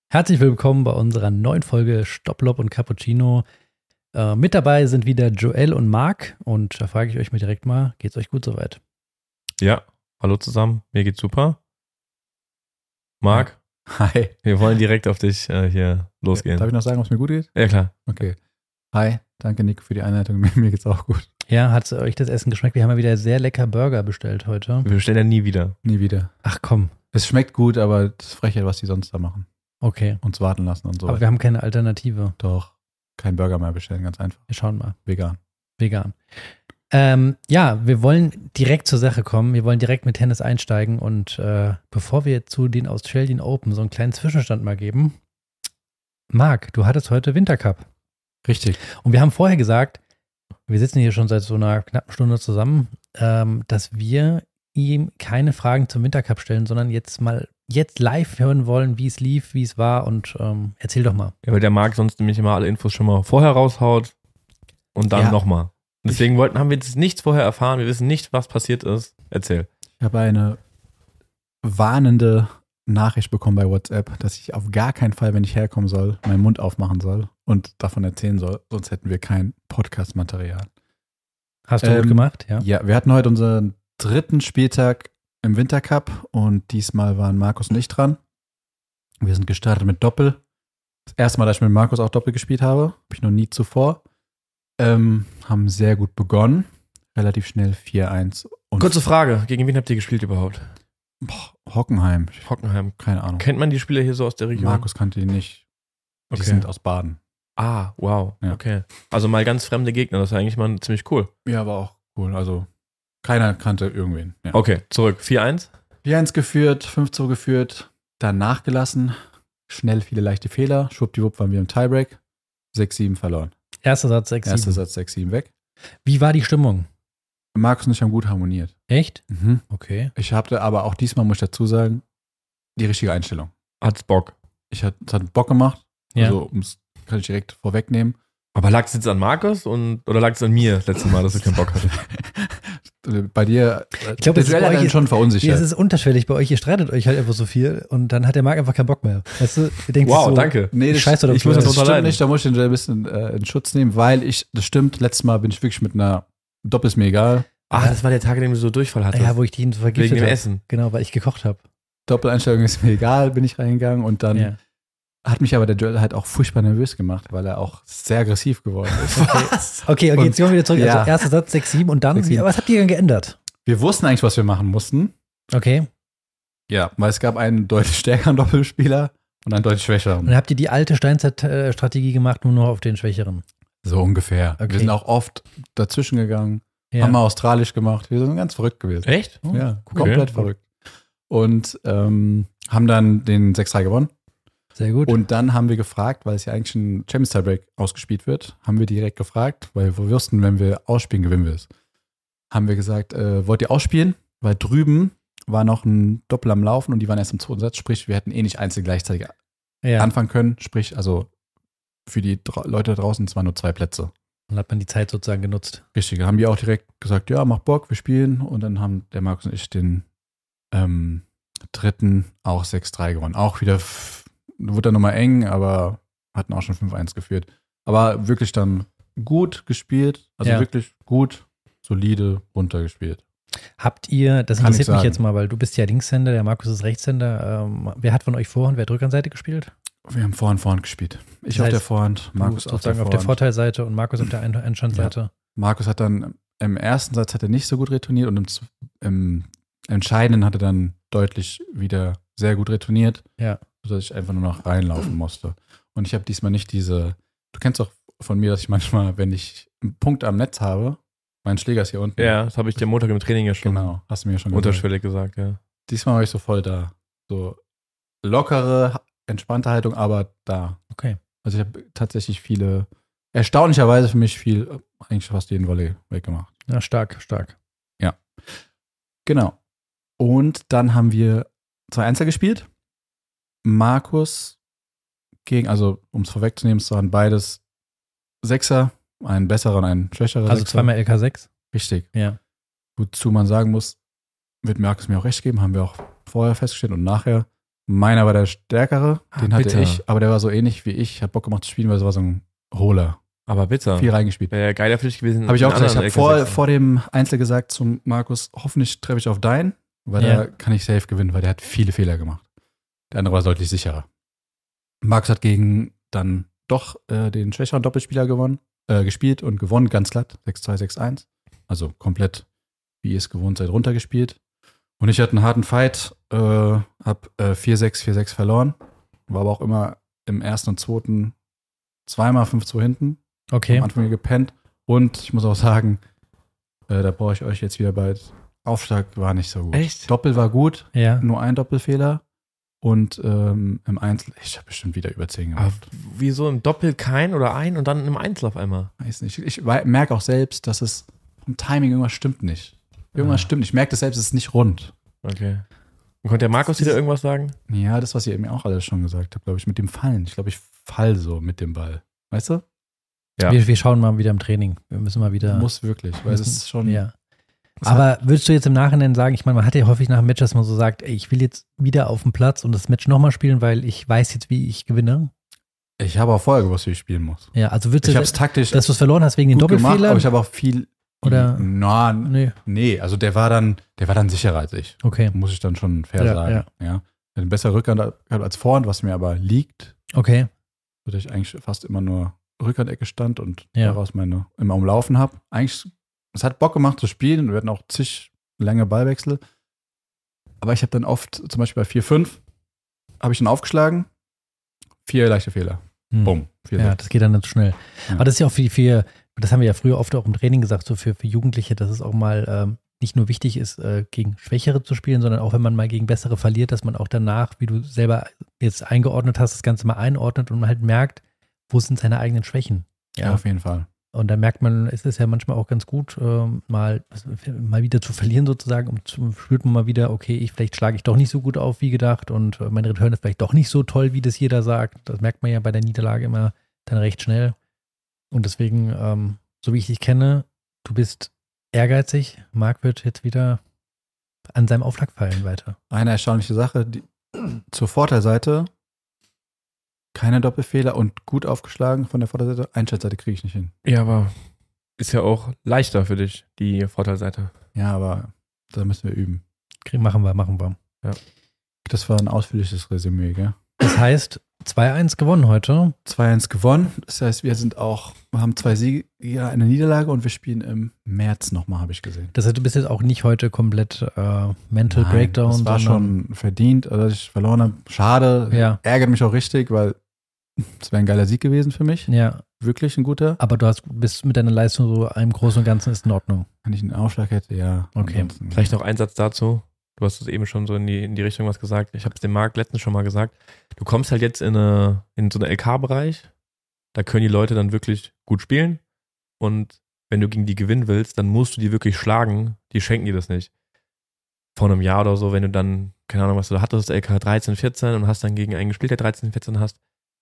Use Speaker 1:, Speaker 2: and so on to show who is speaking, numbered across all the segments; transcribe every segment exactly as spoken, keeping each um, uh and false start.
Speaker 1: Herzlich willkommen bei unserer neuen Folge Stopp, Lob und Cappuccino. Äh, mit dabei sind wieder Joel und Marc und da frage ich euch mal direkt mal, geht's euch gut soweit?
Speaker 2: Ja, hallo zusammen, mir geht's super. Marc,
Speaker 3: Hi.
Speaker 2: wir wollen direkt auf dich äh, hier losgehen.
Speaker 3: Darf ich noch sagen, ob es mir gut geht?
Speaker 2: Ja, klar.
Speaker 3: Okay. Hi, danke Nico für die Einleitung. Mir geht's auch gut.
Speaker 1: Ja, hat euch das Essen geschmeckt? Wir haben ja wieder sehr lecker Burger bestellt heute.
Speaker 2: Wir bestellen ja nie wieder.
Speaker 3: Nie wieder.
Speaker 1: Ach komm,
Speaker 3: Es schmeckt gut, aber das ist Frechheit, was die sonst da machen.
Speaker 1: okay.
Speaker 3: Uns warten lassen und so.
Speaker 1: Aber wir haben keine Alternative.
Speaker 3: Doch, kein Burger mehr bestellen, ganz einfach.
Speaker 1: Wir schauen mal.
Speaker 3: Vegan.
Speaker 1: Vegan. Ähm, ja, wir wollen direkt zur Sache kommen. Wir wollen direkt mit Tennis einsteigen und äh, bevor wir zu den Australian Open so einen kleinen Zwischenstand mal geben. Marc, du hattest heute Wintercup.
Speaker 3: Richtig.
Speaker 1: Und wir haben vorher gesagt, wir sitzen hier schon seit so einer knappen Stunde zusammen, ähm, dass wir ihm keine Fragen zum Wintercup stellen, sondern jetzt mal jetzt live hören wollen, wie es lief, wie es war und ähm, erzähl doch mal.
Speaker 2: Ja, weil der Marc sonst nämlich immer alle Infos schon mal vorher raushaut und dann
Speaker 1: Ja.
Speaker 2: nochmal. Deswegen wollten, haben wir jetzt nichts vorher erfahren, wir wissen nicht, was passiert ist. Erzähl.
Speaker 3: Ich habe eine warnende Nachricht bekommen bei WhatsApp, dass ich auf gar keinen Fall, wenn ich herkommen soll, meinen Mund aufmachen soll und davon erzählen soll, sonst hätten wir kein Podcast-Material.
Speaker 1: Hast du
Speaker 3: Ähm,
Speaker 1: gut gemacht? Ja.
Speaker 3: Ja, wir hatten heute unseren dritten Spieltag im Wintercup und diesmal waren Markus und ich dran. Wir sind gestartet mit Doppel. Das erste Mal, dass ich mit Markus auch Doppel gespielt habe, habe ich noch nie zuvor. Ähm, haben sehr gut begonnen. Relativ schnell vier eins. Und
Speaker 2: Kurze Frage, gegen wen habt ihr gespielt überhaupt?
Speaker 3: Boah, Hockenheim,
Speaker 2: Hockenheim.
Speaker 3: keine Ahnung.
Speaker 2: Kennt man die Spieler hier so aus der Region?
Speaker 3: Markus kannte ihn nicht. Die
Speaker 2: Okay.
Speaker 3: sind aus Baden.
Speaker 2: Ah, wow,
Speaker 3: Ja.
Speaker 2: okay. Also mal ganz fremde Gegner, das ist eigentlich mal ziemlich cool.
Speaker 3: Ja, war auch cool. Also keiner kannte irgendwen. Ja.
Speaker 2: Okay, zurück. vier eins.
Speaker 3: vier eins geführt, fünf zwei geführt, dann nachgelassen. Schnell viele leichte Fehler. Schwuppdiwupp waren wir im Tiebreak. sechs sieben verloren.
Speaker 1: Erster Satz, sechs,
Speaker 3: Erster
Speaker 1: sieben.
Speaker 3: Satz sechs sieben weg.
Speaker 1: Wie war die Stimmung?
Speaker 3: Markus und ich haben gut harmoniert.
Speaker 1: Echt?
Speaker 3: Mhm.
Speaker 1: Okay.
Speaker 3: Ich hatte aber auch diesmal, muss ich dazu sagen, die richtige Einstellung.
Speaker 2: Hat's Bock.
Speaker 3: Ich hat, es hat Bock gemacht.
Speaker 1: Ja.
Speaker 3: Also, um's, kann ich direkt vorwegnehmen.
Speaker 2: Aber lag es jetzt an Markus und, oder lag es an mir das letzte Mal, dass ich keinen Bock hatte?
Speaker 3: Bei dir,
Speaker 1: Ich glaub,
Speaker 3: der
Speaker 1: es ist
Speaker 3: Duell
Speaker 1: bei
Speaker 3: hat
Speaker 1: euch-
Speaker 3: dann schon
Speaker 1: Ja,
Speaker 3: verunsichert.
Speaker 1: es ist unterschwellig bei euch, ihr streitet euch halt einfach so viel und dann hat der Marc einfach keinen Bock mehr. Weißt du, ihr denkt
Speaker 2: Wow,
Speaker 1: sich so,
Speaker 2: danke.
Speaker 3: Nee, das,
Speaker 1: Scheiß doch
Speaker 2: ich muss
Speaker 1: drauf.
Speaker 2: das
Speaker 3: das
Speaker 2: drunter
Speaker 3: stimmt
Speaker 2: leiden.
Speaker 3: nicht, da muss ich den Duell ein bisschen äh, in Schutz nehmen, weil ich, das stimmt, letztes Mal bin ich wirklich mit einer Doppel ist mir egal.
Speaker 2: Ah, das war der Tag, an dem du so Durchfall hattest.
Speaker 1: Ja, wo ich die so
Speaker 2: Wegen
Speaker 1: vergiftet
Speaker 2: dem
Speaker 1: habe.
Speaker 2: Essen.
Speaker 1: Genau, weil ich gekocht habe.
Speaker 3: Doppeleinstellung ist mir egal, bin ich reingegangen und dann
Speaker 1: Ja.
Speaker 3: hat mich aber der Duell halt auch furchtbar nervös gemacht, weil er auch sehr aggressiv geworden ist.
Speaker 2: Was?
Speaker 1: Okay, okay,
Speaker 3: Und-
Speaker 1: jetzt gehen wir wieder zurück.
Speaker 3: ja.
Speaker 1: Also erster Satz sechs sieben und dann,
Speaker 3: sechs sieben.
Speaker 1: wie, was habt ihr denn geändert?
Speaker 3: Wir wussten eigentlich, was wir machen mussten.
Speaker 1: Okay,
Speaker 3: Ja, weil es gab einen deutlich stärkeren Doppelspieler und einen deutlich
Speaker 1: und
Speaker 3: schwächeren.
Speaker 1: dann habt ihr die alte Steinzeit-Strategie gemacht, nur noch auf den Schwächeren.
Speaker 3: So ungefähr.
Speaker 1: Okay.
Speaker 3: Wir sind auch oft dazwischen gegangen,
Speaker 1: Ja.
Speaker 3: haben mal australisch gemacht. Wir sind ganz verrückt gewesen.
Speaker 2: Echt?
Speaker 1: Oh,
Speaker 3: Ja,
Speaker 1: cool.
Speaker 3: komplett
Speaker 2: Okay.
Speaker 3: verrückt. Und ähm, haben dann den sechs drei gewonnen.
Speaker 1: Sehr gut.
Speaker 3: Und dann haben wir gefragt, weil es ja eigentlich ein Champions Tiebreak ausgespielt wird, haben wir direkt gefragt, weil wir wussten, wenn wir ausspielen, gewinnen wir es. Haben wir gesagt, äh, wollt ihr ausspielen? Weil drüben war noch ein Doppel am Laufen und die waren erst im zweiten Satz, sprich, wir hätten eh nicht einzeln gleichzeitig
Speaker 1: ja.
Speaker 3: anfangen können, sprich, also für die dra- Leute da draußen, es waren nur zwei Plätze.
Speaker 1: Dann hat man die Zeit sozusagen genutzt.
Speaker 3: Richtig, haben die auch direkt gesagt, ja, mach Bock, wir spielen. Und dann haben der Markus und ich den ähm, dritten auch sechs drei gewonnen. Auch wieder, f- wurde dann nochmal eng, aber hatten auch schon fünf eins geführt. Aber wirklich dann gut gespielt, also
Speaker 1: Ja.
Speaker 3: wirklich gut, solide, runtergespielt.
Speaker 1: Habt ihr, das
Speaker 3: Kann ich
Speaker 1: interessiert mich
Speaker 3: sagen.
Speaker 1: jetzt mal, weil du bist ja Linkshänder, der Markus ist Rechtshänder. Ähm, wer hat von euch Vorhand, wer hat Rückhandseite gespielt?
Speaker 3: Wir haben Vorhand, Vorhand gespielt. Ich
Speaker 1: Das
Speaker 3: auf der
Speaker 1: heißt,
Speaker 3: Vorhand, Markus
Speaker 1: du
Speaker 3: auf der
Speaker 1: sozusagen auf der
Speaker 3: Vorhand.
Speaker 1: Vorteilseite und Markus auf der Ein- Einstandseite.
Speaker 3: Markus hat dann im ersten Satz hat er nicht so gut retourniert und im, z- im entscheidenden hat er dann deutlich wieder sehr gut retourniert,
Speaker 1: Ja.
Speaker 3: sodass ich einfach nur noch reinlaufen musste. Und ich habe diesmal nicht diese, du kennst doch von mir, dass ich manchmal, wenn ich einen Punkt am Netz habe, mein Schläger ist hier unten.
Speaker 2: Ja, das habe ich dir Montag im Training ja schon
Speaker 3: Genau, hast du mir ja schon gesagt.
Speaker 2: unterschwellig gesagt, ja.
Speaker 3: Diesmal war ich so voll da. So lockere, entspannte Haltung, aber da.
Speaker 1: Okay.
Speaker 3: Also ich habe tatsächlich viele, erstaunlicherweise für mich viel, eigentlich fast jeden Volley weggemacht.
Speaker 1: Ja, stark, stark.
Speaker 3: Genau. Und dann haben wir zwei Einzel gespielt. Markus gegen, also um es vorwegzunehmen, es waren beides Sechser, ein besserer und ein schwächerer
Speaker 1: Also
Speaker 3: Sechser.
Speaker 1: zweimal L K sechs?
Speaker 3: Richtig.
Speaker 1: Ja.
Speaker 3: Wozu man sagen muss, wird Markus mir auch recht geben, haben wir auch vorher festgestellt und nachher. Meiner war der stärkere,
Speaker 2: Ah,
Speaker 3: den hatte
Speaker 2: bitter.
Speaker 3: ich, aber der war so ähnlich wie ich. Hat Bock gemacht zu spielen, weil es war so ein Holer.
Speaker 2: Aber bitter.
Speaker 3: Viel reingespielt.
Speaker 2: Wäre ja geiler für dich gewesen.
Speaker 3: Habe ich
Speaker 2: einen
Speaker 3: auch gesagt. Ich
Speaker 2: anderen
Speaker 3: habe vor,
Speaker 2: L K sechs.
Speaker 3: vor dem Einzel gesagt zum Markus, hoffentlich treffe ich auf deinen, weil
Speaker 1: Ja.
Speaker 3: da kann ich safe gewinnen, weil der hat viele Fehler gemacht. Der andere war deutlich sicherer. Markus hat gegen dann doch äh, den schwächeren Doppelspieler gewonnen, äh, gespielt und gewonnen, ganz glatt. sechs zwei, sechs eins. Also komplett, wie ihr es gewohnt seid, runtergespielt. Und ich hatte einen harten Fight, äh, hab äh, vier sechs, vier sechs verloren. War aber auch immer im ersten und zweiten zweimal fünf zwei hinten.
Speaker 1: Okay.
Speaker 3: Am Anfang hier gepennt. Und ich muss auch sagen, äh, da brauche ich euch jetzt wieder bald. Aufschlag war nicht so gut.
Speaker 2: Echt?
Speaker 3: Doppel war gut,
Speaker 1: Ja.
Speaker 3: nur ein Doppelfehler. Und ähm, im Einzel, ich habe bestimmt wieder über zehn
Speaker 2: Aber
Speaker 3: gemacht.
Speaker 2: wieso im Doppel kein oder ein und dann im Einzel auf einmal?
Speaker 3: Weiß nicht. Ich merke auch selbst, dass es vom Timing irgendwas stimmt nicht. Irgendwas
Speaker 2: Ah.
Speaker 3: stimmt nicht. Ich merke das selbst, es ist nicht rund.
Speaker 2: Okay. Und konnte der Markus wieder irgendwas sagen?
Speaker 3: Ja, das, was ihr mir auch alles schon gesagt habt, glaube ich, mit dem Fallen. Ich glaube, ich fall so mit dem Ball. Weißt du?
Speaker 2: Ja.
Speaker 1: Wir, wir schauen mal wieder im Training. Wir müssen mal wieder.
Speaker 3: Muss wirklich, weil es ist schon.
Speaker 1: Ja.
Speaker 3: es
Speaker 1: Aber würdest du jetzt im Nachhinein sagen, ich meine, man hat ja häufig nach dem Match, dass man so sagt, ey, ich will jetzt wieder auf den Platz und das Match nochmal spielen, weil ich weiß jetzt, wie ich gewinne.
Speaker 3: Ich habe auch vorher gewusst, wie ich spielen muss.
Speaker 1: Ja, also würdest
Speaker 3: Ich
Speaker 1: du,
Speaker 3: habe es taktisch
Speaker 1: dass du es verloren hast wegen den
Speaker 3: gut gemacht,
Speaker 1: Doppelfehlern?
Speaker 3: aber ich habe auch viel.
Speaker 1: Oder-
Speaker 3: Na,
Speaker 1: nee,
Speaker 3: nee, also der war dann, der war dann sicherer als ich.
Speaker 1: okay,
Speaker 3: Muss ich dann schon fair
Speaker 1: Ja,
Speaker 3: sagen.
Speaker 1: ja.
Speaker 3: Ja. Er hat eine bessere Rückhand gehabt als Vorhand, was mir aber liegt,
Speaker 1: okay,
Speaker 3: sodass ich eigentlich fast immer nur Rückhandecke stand und
Speaker 1: Ja.
Speaker 3: daraus meine immer umlaufen habe. Eigentlich, es hat Bock gemacht zu spielen und wir hatten auch zig lange Ballwechsel. Aber ich habe dann oft, zum Beispiel bei vier fünf, habe ich dann aufgeschlagen, vier leichte Fehler.
Speaker 1: Hm.
Speaker 3: Bumm. Vier,
Speaker 1: Ja,
Speaker 3: sechs.
Speaker 1: das geht dann nicht schnell.
Speaker 3: Ja.
Speaker 1: Aber das ist ja auch für, für, das haben wir ja früher oft auch im Training gesagt, so für, für Jugendliche, dass es auch mal ähm, nicht nur wichtig ist, äh, gegen Schwächere zu spielen, sondern auch wenn man mal gegen Bessere verliert, dass man auch danach, wie du selber jetzt eingeordnet hast, das Ganze mal einordnet und man halt merkt, wo sind seine eigenen Schwächen.
Speaker 3: Ja, auf jeden Fall.
Speaker 1: Und dann merkt man, es ist ja manchmal auch ganz gut, ähm, mal, mal wieder zu verlieren sozusagen. Und zu- spürt man mal wieder, okay, ich, vielleicht schlage ich doch nicht so gut auf wie gedacht und äh, mein Return ist vielleicht doch nicht so toll, wie das jeder sagt. Das merkt man ja bei der Niederlage immer dann recht schnell. Und deswegen, ähm, so wie ich dich kenne, du bist ehrgeizig. Marc wird jetzt wieder an seinem Aufschlag fallen weiter.
Speaker 3: Eine erstaunliche Sache, die, zur Vorteilseite, keine Doppelfehler und gut aufgeschlagen von der Vorderseite. Einschaltseite kriege ich nicht hin.
Speaker 2: Ja, aber ist ja auch leichter für dich, die Vorteilseite.
Speaker 3: Ja, aber da müssen wir üben.
Speaker 1: Krieg- Machen wir, machen wir.
Speaker 3: Das war ein ausführliches Resümee, gell?
Speaker 1: Das heißt, zwei eins gewonnen heute.
Speaker 3: zwei eins gewonnen. Das heißt, wir sind auch, wir haben zwei Siege, ja, eine Niederlage und wir spielen im März nochmal, habe ich gesehen.
Speaker 1: Das heißt, du bist jetzt auch nicht heute komplett äh, Mental
Speaker 3: Nein,
Speaker 1: Breakdown.
Speaker 3: Das war
Speaker 1: sondern-
Speaker 3: schon verdient, also dass ich verloren habe. Schade,
Speaker 1: Ja.
Speaker 3: ärgert mich auch richtig, weil es wäre ein geiler Sieg gewesen für mich.
Speaker 1: Ja,
Speaker 3: Wirklich ein guter.
Speaker 1: aber du hast, bist mit deiner Leistung so im Großen und Ganzen ist in Ordnung.
Speaker 3: Wenn ich einen Aufschlag hätte, ja.
Speaker 1: Okay.
Speaker 3: Ansonsten-
Speaker 2: Vielleicht noch ein Satz dazu. Du hast es eben schon so in die, in die Richtung was gesagt. Ich habe es dem Marc letztens schon mal gesagt. Du kommst halt jetzt in, eine, in so einen L K-Bereich. Da können die Leute dann wirklich gut spielen. Und wenn du gegen die gewinnen willst, dann musst du die wirklich schlagen. Die schenken dir das nicht. Vor einem Jahr oder so, wenn du dann, keine Ahnung, was du hattest, L K dreizehn, vierzehn und hast dann gegen einen gespielt, der dreizehn, vierzehn hast,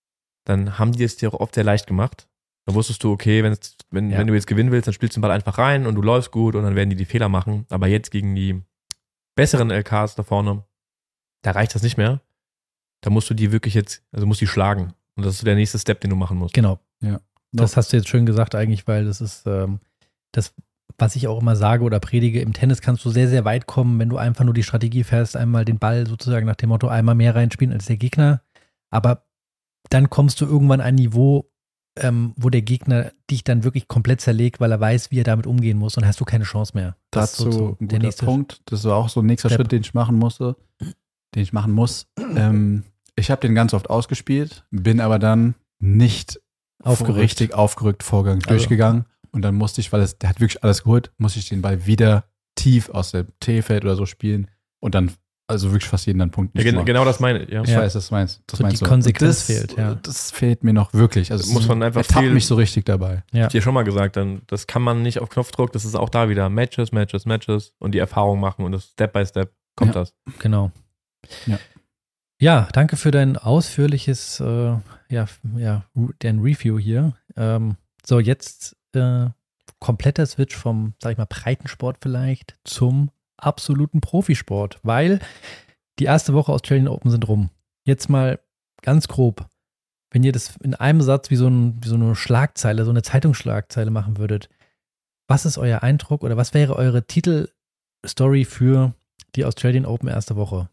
Speaker 2: dann haben die es dir auch oft sehr leicht gemacht. Dann wusstest du, okay, wenn, es, wenn,
Speaker 3: Ja.
Speaker 2: wenn du jetzt gewinnen willst, dann spielst du den Ball einfach rein und du läufst gut und dann werden die die Fehler machen. Aber jetzt gegen die besseren L Ks da vorne, da reicht das nicht mehr. Da musst du die wirklich jetzt, also musst die schlagen. Und das ist so der nächste Step, den du machen musst.
Speaker 1: Genau.
Speaker 3: Ja.
Speaker 1: Das hast du jetzt schön gesagt eigentlich, weil das ist ähm, das, was ich auch immer sage oder predige. Im Tennis kannst du sehr, sehr weit kommen, wenn du einfach nur die Strategie fährst, einmal den Ball sozusagen nach dem Motto einmal mehr reinspielen als der Gegner. Aber dann kommst du irgendwann an ein Niveau, ähm, wo der Gegner dich dann wirklich komplett zerlegt, weil er weiß, wie er damit umgehen muss und hast du keine Chance mehr. Das ist
Speaker 3: Dazu
Speaker 1: so- so
Speaker 3: ein
Speaker 1: der
Speaker 3: guter
Speaker 1: nächste
Speaker 3: Punkt. Das war auch so ein nächster
Speaker 1: Step.
Speaker 3: Schritt, den ich machen musste, den ich machen muss. ähm, ich habe den ganz oft ausgespielt, bin aber dann nicht
Speaker 1: Aufgerückt.
Speaker 3: richtig aufgerückt Vorgang
Speaker 1: Also-
Speaker 3: durchgegangen. Und dann musste ich, weil es, der hat wirklich alles geholt, musste ich den Ball wieder tief aus dem T-Feld oder so spielen und dann, also wirklich fast jeden dann Punkt
Speaker 2: Ja,
Speaker 3: nicht
Speaker 2: gen
Speaker 3: gemacht.
Speaker 2: genau das meine ich. Ja.
Speaker 3: Ich
Speaker 1: Ja.
Speaker 3: weiß, das meinst, das
Speaker 1: So
Speaker 3: meinst
Speaker 1: die
Speaker 3: du.
Speaker 1: Konsequenz
Speaker 3: Und das,
Speaker 1: fehlt, ja.
Speaker 3: Das fehlt mir noch wirklich. Also
Speaker 2: Muss man einfach
Speaker 3: er tappt
Speaker 2: viel-
Speaker 3: mich so richtig dabei.
Speaker 1: Ja.
Speaker 2: Ich dir schon mal gesagt, dann, das kann man nicht auf Knopfdruck, das ist auch da wieder Matches, Matches, Matches und die Erfahrung machen und das Step by Step kommt
Speaker 3: Ja.
Speaker 2: das.
Speaker 1: Genau.
Speaker 3: Ja.
Speaker 1: Ja, danke für dein ausführliches, äh, ja, f- ja, Re- dein Review hier. Ähm, so, jetzt äh, kompletter Switch vom, sag ich mal, Breitensport vielleicht zum absoluten Profisport, weil die erste Woche Australian Open sind rum. jetzt mal ganz grob, wenn ihr das in einem Satz wie so, ein, wie so eine Schlagzeile, so eine Zeitungsschlagzeile machen würdet, was ist euer Eindruck oder was wäre eure Titelstory für die Australian Open erste Woche?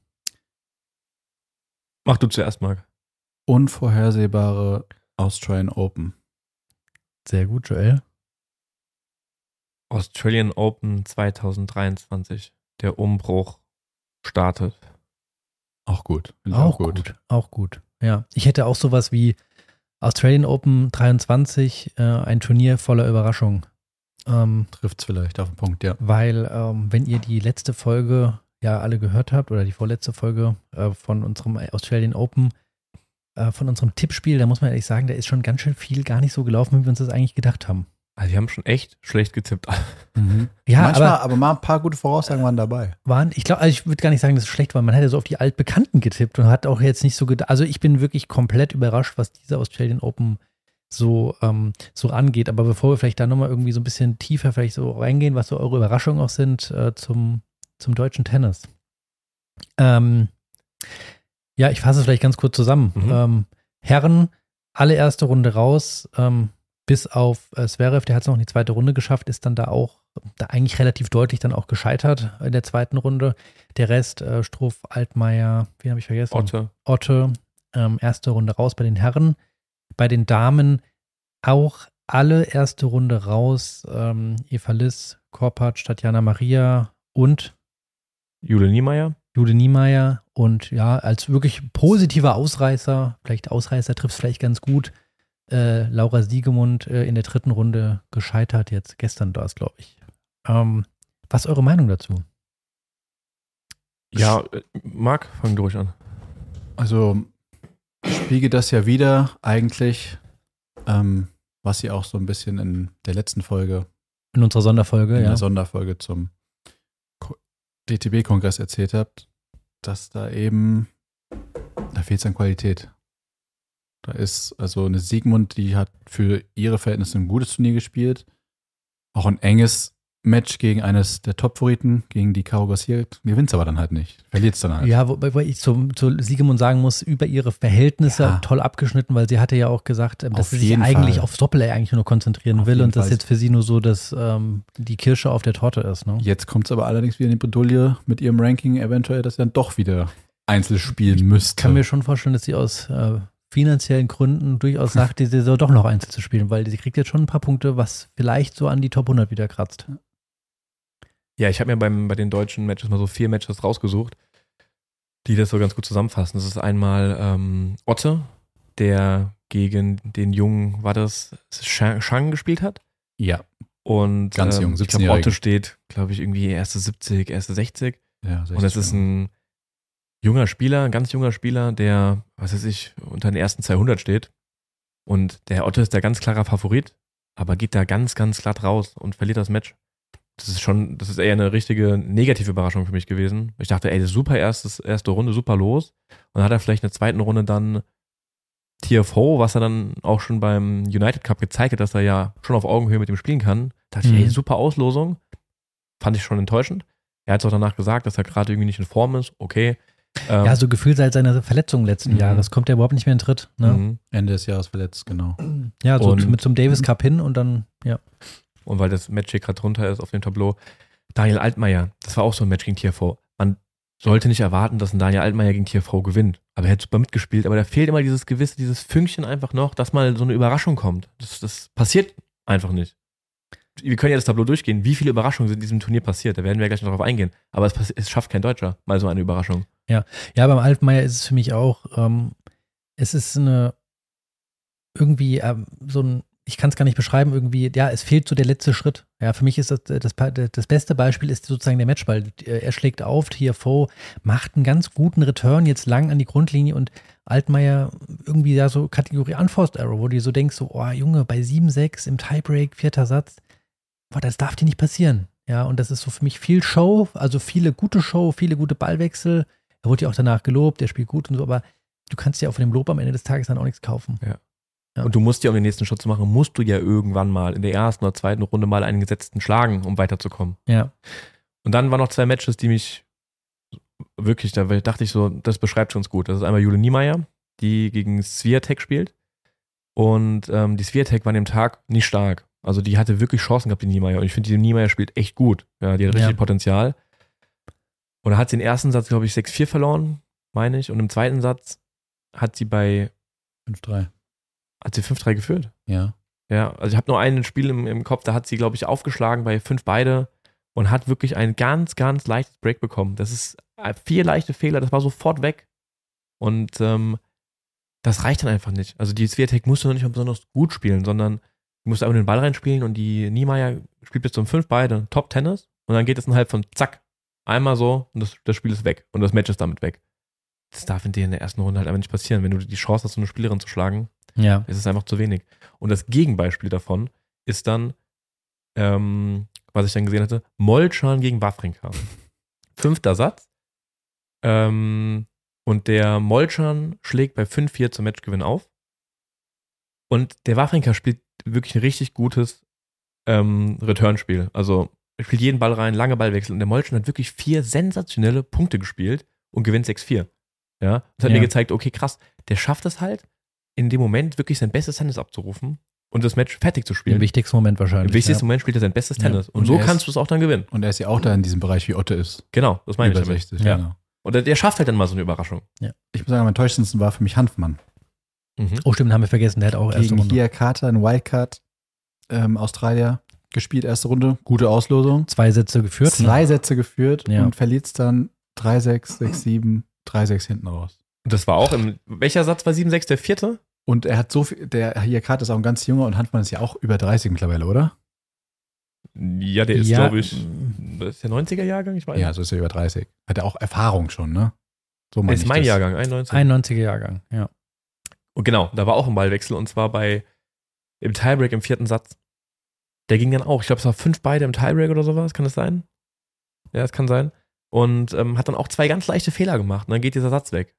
Speaker 2: Mach du zuerst, Marc.
Speaker 3: Unvorhersehbare Australian Open.
Speaker 1: Sehr gut, Joel.
Speaker 2: Australian Open zwanzig dreiundzwanzig. Der Umbruch startet.
Speaker 3: Auch gut.
Speaker 1: Auch, auch gut. gut. Auch gut. Ja. Ich hätte auch sowas wie Australian Open dreiundzwanzig, äh, ein Turnier voller Überraschung. Ähm,
Speaker 3: Trifft es vielleicht auf den Punkt, ja.
Speaker 1: Weil, ähm, wenn ihr die letzte Folge ja alle gehört habt oder die vorletzte Folge äh, von unserem Australian Open, äh, von unserem Tippspiel, da muss man ehrlich sagen, da ist schon ganz schön viel gar nicht so gelaufen, wie wir uns das eigentlich gedacht haben.
Speaker 2: Also wir haben schon echt schlecht getippt.
Speaker 3: Mhm. Ja, Manchmal, aber, aber mal ein paar gute Voraussagen waren dabei.
Speaker 1: Waren, ich glaube, also ich würde gar nicht sagen, dass es schlecht war. Man hat ja so auf die Altbekannten getippt und hat auch jetzt nicht so gedacht. Also ich bin wirklich komplett überrascht, was diese Australian Open so, ähm, so angeht. Aber bevor wir vielleicht da nochmal irgendwie so ein bisschen tiefer vielleicht so reingehen, was so eure Überraschungen auch sind äh, zum, zum deutschen Tennis. Ähm, ja, ich fasse es vielleicht ganz kurz zusammen. Mhm. Ähm, Herren, alle erste Runde raus, ähm, bis auf äh, Zverev, der hat es noch in die zweite Runde geschafft, ist dann da auch, da eigentlich relativ deutlich dann auch gescheitert in der zweiten Runde. Der Rest, äh, Struff, Altmaier, wen habe ich vergessen?
Speaker 2: Otte.
Speaker 1: Otte, ähm, erste Runde raus bei den Herren. Bei den Damen auch alle erste Runde raus. Ähm, Eva Liss, Korpatsch, Tatjana Maria und
Speaker 2: Jule Niemeyer.
Speaker 1: Jule Niemeyer. Und ja, als wirklich positiver Ausreißer, vielleicht Ausreißer trifft es vielleicht ganz gut, Äh, Laura Siegemund äh, in der dritten Runde gescheitert, jetzt gestern da ist, glaube ich. Ähm, was ist eure Meinung dazu?
Speaker 2: Ja, äh, Marc, fang durch an.
Speaker 3: Also spiegelt das ja wieder eigentlich, ähm, was ihr auch so ein bisschen in der letzten Folge,
Speaker 1: in unserer Sonderfolge,
Speaker 3: in
Speaker 1: ja.
Speaker 3: der Sonderfolge zum D T B-Kongress erzählt habt, dass da eben, da fehlt es an Qualität. Da ist also eine Siegemund, die hat für ihre Verhältnisse ein gutes Turnier gespielt. Auch ein enges Match gegen eines der Top-Favoriten, gegen die Caro Garcia. Gewinnt es aber dann halt nicht. Verliert es dann halt.
Speaker 1: Ja, wobei ich zu, zu Siegemund sagen muss, über ihre Verhältnisse ja. toll abgeschnitten, weil sie hatte ja auch gesagt, dass sie sich eigentlich
Speaker 3: Fall.
Speaker 1: aufs Doppel eigentlich nur konzentrieren auf will und das jetzt für sie nur so, dass ähm, die Kirsche auf der Torte ist. Ne?
Speaker 3: Jetzt kommt es aber allerdings wieder in die Bredouille mit ihrem Ranking eventuell, dass sie dann doch wieder Einzel spielen müsste.
Speaker 1: Ich kann mir schon vorstellen, dass sie aus äh, finanziellen Gründen durchaus sagt, die Saison doch noch Einzel zu spielen, weil sie kriegt jetzt schon ein paar Punkte, was vielleicht so an die Top hundert wieder kratzt.
Speaker 2: Ja, ich habe mir beim, bei den deutschen Matches mal so vier Matches rausgesucht, die das so ganz gut zusammenfassen. Das ist einmal ähm, Otte, der gegen den jungen, war das Shang gespielt hat?
Speaker 3: Ja.
Speaker 2: Und
Speaker 3: ganz
Speaker 2: ähm,
Speaker 3: jung,
Speaker 2: ich glaube, Otte steht, glaube ich, irgendwie erste siebzig, erste sechzig.
Speaker 3: Ja, sechzig.
Speaker 2: Und das ist ein junger Spieler, ein ganz junger Spieler, der, was weiß ich, unter den ersten zweihundert steht. Und der Otte ist der ganz klarer Favorit, aber geht da ganz, ganz glatt raus und verliert das Match. Das ist schon, das ist eher eine richtige negative Überraschung für mich gewesen. Ich dachte, ey, das ist super erstes, erste Runde, super los. Und dann hat er vielleicht in der zweiten Runde dann T F O, was er dann auch schon beim United Cup gezeigt hat, dass er ja schon auf Augenhöhe mit ihm spielen kann. Da dachte
Speaker 1: mhm.
Speaker 2: ich, ey, super Auslosung. Fand ich schon enttäuschend. Er hat es auch danach gesagt, dass er gerade irgendwie nicht in Form ist. Okay.
Speaker 1: Ähm, ja, so gefühlt seit seiner Verletzung letzten
Speaker 2: mhm.
Speaker 1: Jahres kommt er überhaupt nicht mehr in Tritt. Ne?
Speaker 2: Mhm.
Speaker 3: Ende des Jahres verletzt, genau.
Speaker 1: Ja, so
Speaker 2: und,
Speaker 1: mit zum Davis Cup hin und dann, ja.
Speaker 2: Und weil das Match hier gerade drunter ist auf dem Tableau, Daniel Altmaier, das war auch so ein Match gegen T F O. Man sollte nicht erwarten, dass ein Daniel Altmaier gegen T F O gewinnt. Aber er hat super mitgespielt. Aber da fehlt immer dieses gewisse, dieses Fünkchen einfach noch, dass mal so eine Überraschung kommt. Das, das passiert einfach nicht. Wir können ja das Tableau durchgehen. Wie viele Überraschungen sind in diesem Turnier passiert? Da werden wir gleich noch drauf eingehen. Aber es, es schafft kein Deutscher mal so eine Überraschung.
Speaker 1: Ja, ja, beim Altmaier ist es für mich auch, ähm, es ist eine, irgendwie ähm, so ein, ich kann es gar nicht beschreiben, irgendwie, ja, es fehlt so der letzte Schritt. Ja, für mich ist das, das, das beste Beispiel ist sozusagen der Matchball. Er schlägt auf, T F O macht einen ganz guten Return jetzt lang an die Grundlinie und Altmaier irgendwie da so Kategorie Unforced Error, wo du so denkst, so, oh Junge, bei sieben sechs im Tiebreak, vierter Satz, boah, das darf dir nicht passieren. Ja, und das ist so für mich viel Show, also viele gute Show, viele gute Ballwechsel. Er wurde ja auch danach gelobt, der spielt gut und so, aber du kannst ja auch von dem Lob am Ende des Tages dann auch nichts kaufen.
Speaker 2: Ja. Ja. Und du musst ja, um den nächsten Schritt zu machen, musst du ja irgendwann mal in der ersten oder zweiten Runde mal einen gesetzten schlagen, um weiterzukommen.
Speaker 1: Ja.
Speaker 2: Und dann waren noch zwei Matches, die mich wirklich, da dachte ich so, das beschreibt uns gut. Das ist einmal Jule Niemeyer, die gegen Swiatek spielt. Und ähm, die Swiatek war an dem Tag nicht stark. Also die hatte wirklich Chancen gehabt, die Niemeyer. Und ich finde, die Niemeyer spielt echt gut. Ja, die hat richtig
Speaker 1: Ja.
Speaker 2: Potenzial. Und da hat sie den ersten Satz, glaube ich, sechs vier verloren, meine ich. Und im zweiten Satz hat sie bei
Speaker 3: fünf drei.
Speaker 2: hat sie fünf drei geführt.
Speaker 3: Ja.
Speaker 2: Ja, also ich habe nur ein Spiel im, im Kopf, da hat sie, glaube ich, aufgeschlagen bei fünf beide und hat wirklich ein ganz, ganz leichtes Break bekommen. Das ist vier leichte Fehler, das war sofort weg. Und ähm, das reicht dann einfach nicht. Also die Swiatek musste noch nicht mal besonders gut spielen, sondern die musste einfach den Ball reinspielen und die Niemeyer spielt bis zum fünf beide Top-Tennis und dann geht es innerhalb von zack, einmal so und das, das Spiel ist weg und das Match ist damit weg. Das darf in dir in der ersten Runde halt einfach nicht passieren. Wenn du die Chance hast, so eine Spielerin zu schlagen,
Speaker 1: Ja.
Speaker 2: ist es einfach zu wenig. Und das Gegenbeispiel davon ist dann, ähm, was ich dann gesehen hatte, Molchan gegen Wawrinka. Fünfter Satz. Ähm, und der Molchan schlägt bei fünf vier zum Matchgewinn auf. Und der Wawrinka spielt wirklich ein richtig gutes ähm, Returnspiel. Also er spielt jeden Ball rein, lange Ballwechsel. Und der Molchan hat wirklich vier sensationelle Punkte gespielt und gewinnt sechs vier. Ja, das hat
Speaker 1: Ja.
Speaker 2: mir gezeigt, okay, krass, der schafft es halt, in dem Moment wirklich sein bestes Tennis abzurufen und das Match fertig zu spielen.
Speaker 1: Im wichtigsten Moment wahrscheinlich.
Speaker 2: Im wichtigsten
Speaker 1: ja.
Speaker 2: Moment spielt er sein bestes
Speaker 3: Ja.
Speaker 2: Tennis. Und,
Speaker 3: Und
Speaker 2: so
Speaker 3: er ist-
Speaker 2: kannst du es auch dann gewinnen.
Speaker 3: Und er ist ja auch da in diesem Bereich, wie Otte ist.
Speaker 2: Genau, das meine ich
Speaker 3: Über
Speaker 2: damit.
Speaker 3: sechzig,
Speaker 1: Ja.
Speaker 3: genau.
Speaker 2: Und der, der schafft halt dann mal so eine Überraschung.
Speaker 3: Ich muss sagen, am enttäuschendsten war für mich Hanfmann.
Speaker 2: Mhm.
Speaker 1: Oh, stimmt, haben wir vergessen. Der hat auch erste
Speaker 3: Gegen
Speaker 1: Runde.
Speaker 3: Hia Carter, ein Wildcard, ähm, Australier, gespielt, erste Runde, gute Auslosung.
Speaker 1: Zwei Sätze geführt.
Speaker 3: Zwei
Speaker 1: ne?
Speaker 3: Sätze geführt
Speaker 1: Ja.
Speaker 3: und verliert es dann drei sechs, sechs sieben, drei sechs hinten raus.
Speaker 2: Und das war auch im, welcher Satz war sieben sechs, der vierte?
Speaker 3: Und er hat so viel, der Hia Carter ist auch ein ganz junger und Hanfmann ist ja auch über dreißig mittlerweile, oder?
Speaker 2: Ja, der ist,
Speaker 1: Ja,
Speaker 2: glaube ich, das ist der neunziger-Jahrgang, ich weiß
Speaker 3: Ja,
Speaker 2: nicht.
Speaker 3: so ist er über dreißig. Hat er auch Erfahrung schon, ne? So
Speaker 2: Der
Speaker 3: meine
Speaker 2: ist
Speaker 3: ich
Speaker 2: mein
Speaker 3: das.
Speaker 2: Jahrgang, einundneunzig.
Speaker 1: einundneunziger Jahrgang, ja.
Speaker 2: Und genau, da war auch ein Ballwechsel und zwar bei im Tiebreak im vierten Satz. Der ging dann auch, ich glaube, es war fünf beide im Tiebreak oder sowas, kann das sein? Ja, das kann sein. Und ähm, hat dann auch zwei ganz leichte Fehler gemacht und dann geht dieser Satz weg.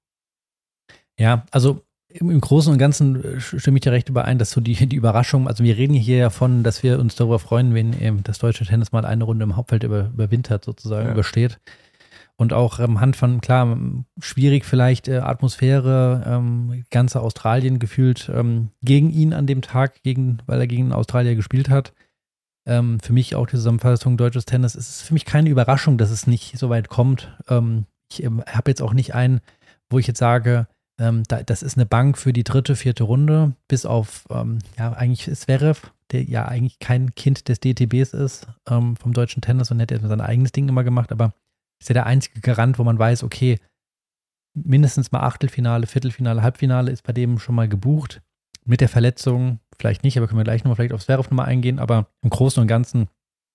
Speaker 1: Ja, also im, im Großen und Ganzen äh, stimme ich dir recht überein, dass so die, die Überraschung, also wir reden hier ja von, dass wir uns darüber freuen, wenn ähm, das deutsche Tennis mal eine Runde im Hauptfeld über, überwintert, sozusagen,
Speaker 2: Ja.
Speaker 1: übersteht. Und auch ähm, Hand von, klar, ähm, schwierig vielleicht äh, Atmosphäre, ähm, ganze Australien gefühlt ähm, gegen ihn an dem Tag, gegen, weil er gegen einen Australier gespielt hat. Ähm, für mich auch die Zusammenfassung deutsches Tennis. Es ist für mich keine Überraschung, dass es nicht so weit kommt. Ähm, ich ähm, habe jetzt auch nicht einen, wo ich jetzt sage, ähm, da, das ist eine Bank für die dritte, vierte Runde, bis auf, ähm, ja, eigentlich ist Zverev, der ja eigentlich kein Kind des D T Bs ist, ähm, vom deutschen Tennis und hätte sein eigenes Ding immer gemacht, aber ist ja der einzige Garant, wo man weiß, okay, mindestens mal Achtelfinale, Viertelfinale, Halbfinale ist bei dem schon mal gebucht. Mit der Verletzung vielleicht nicht, aber können wir gleich nochmal vielleicht auf Zverev nochmal eingehen, aber im Großen und Ganzen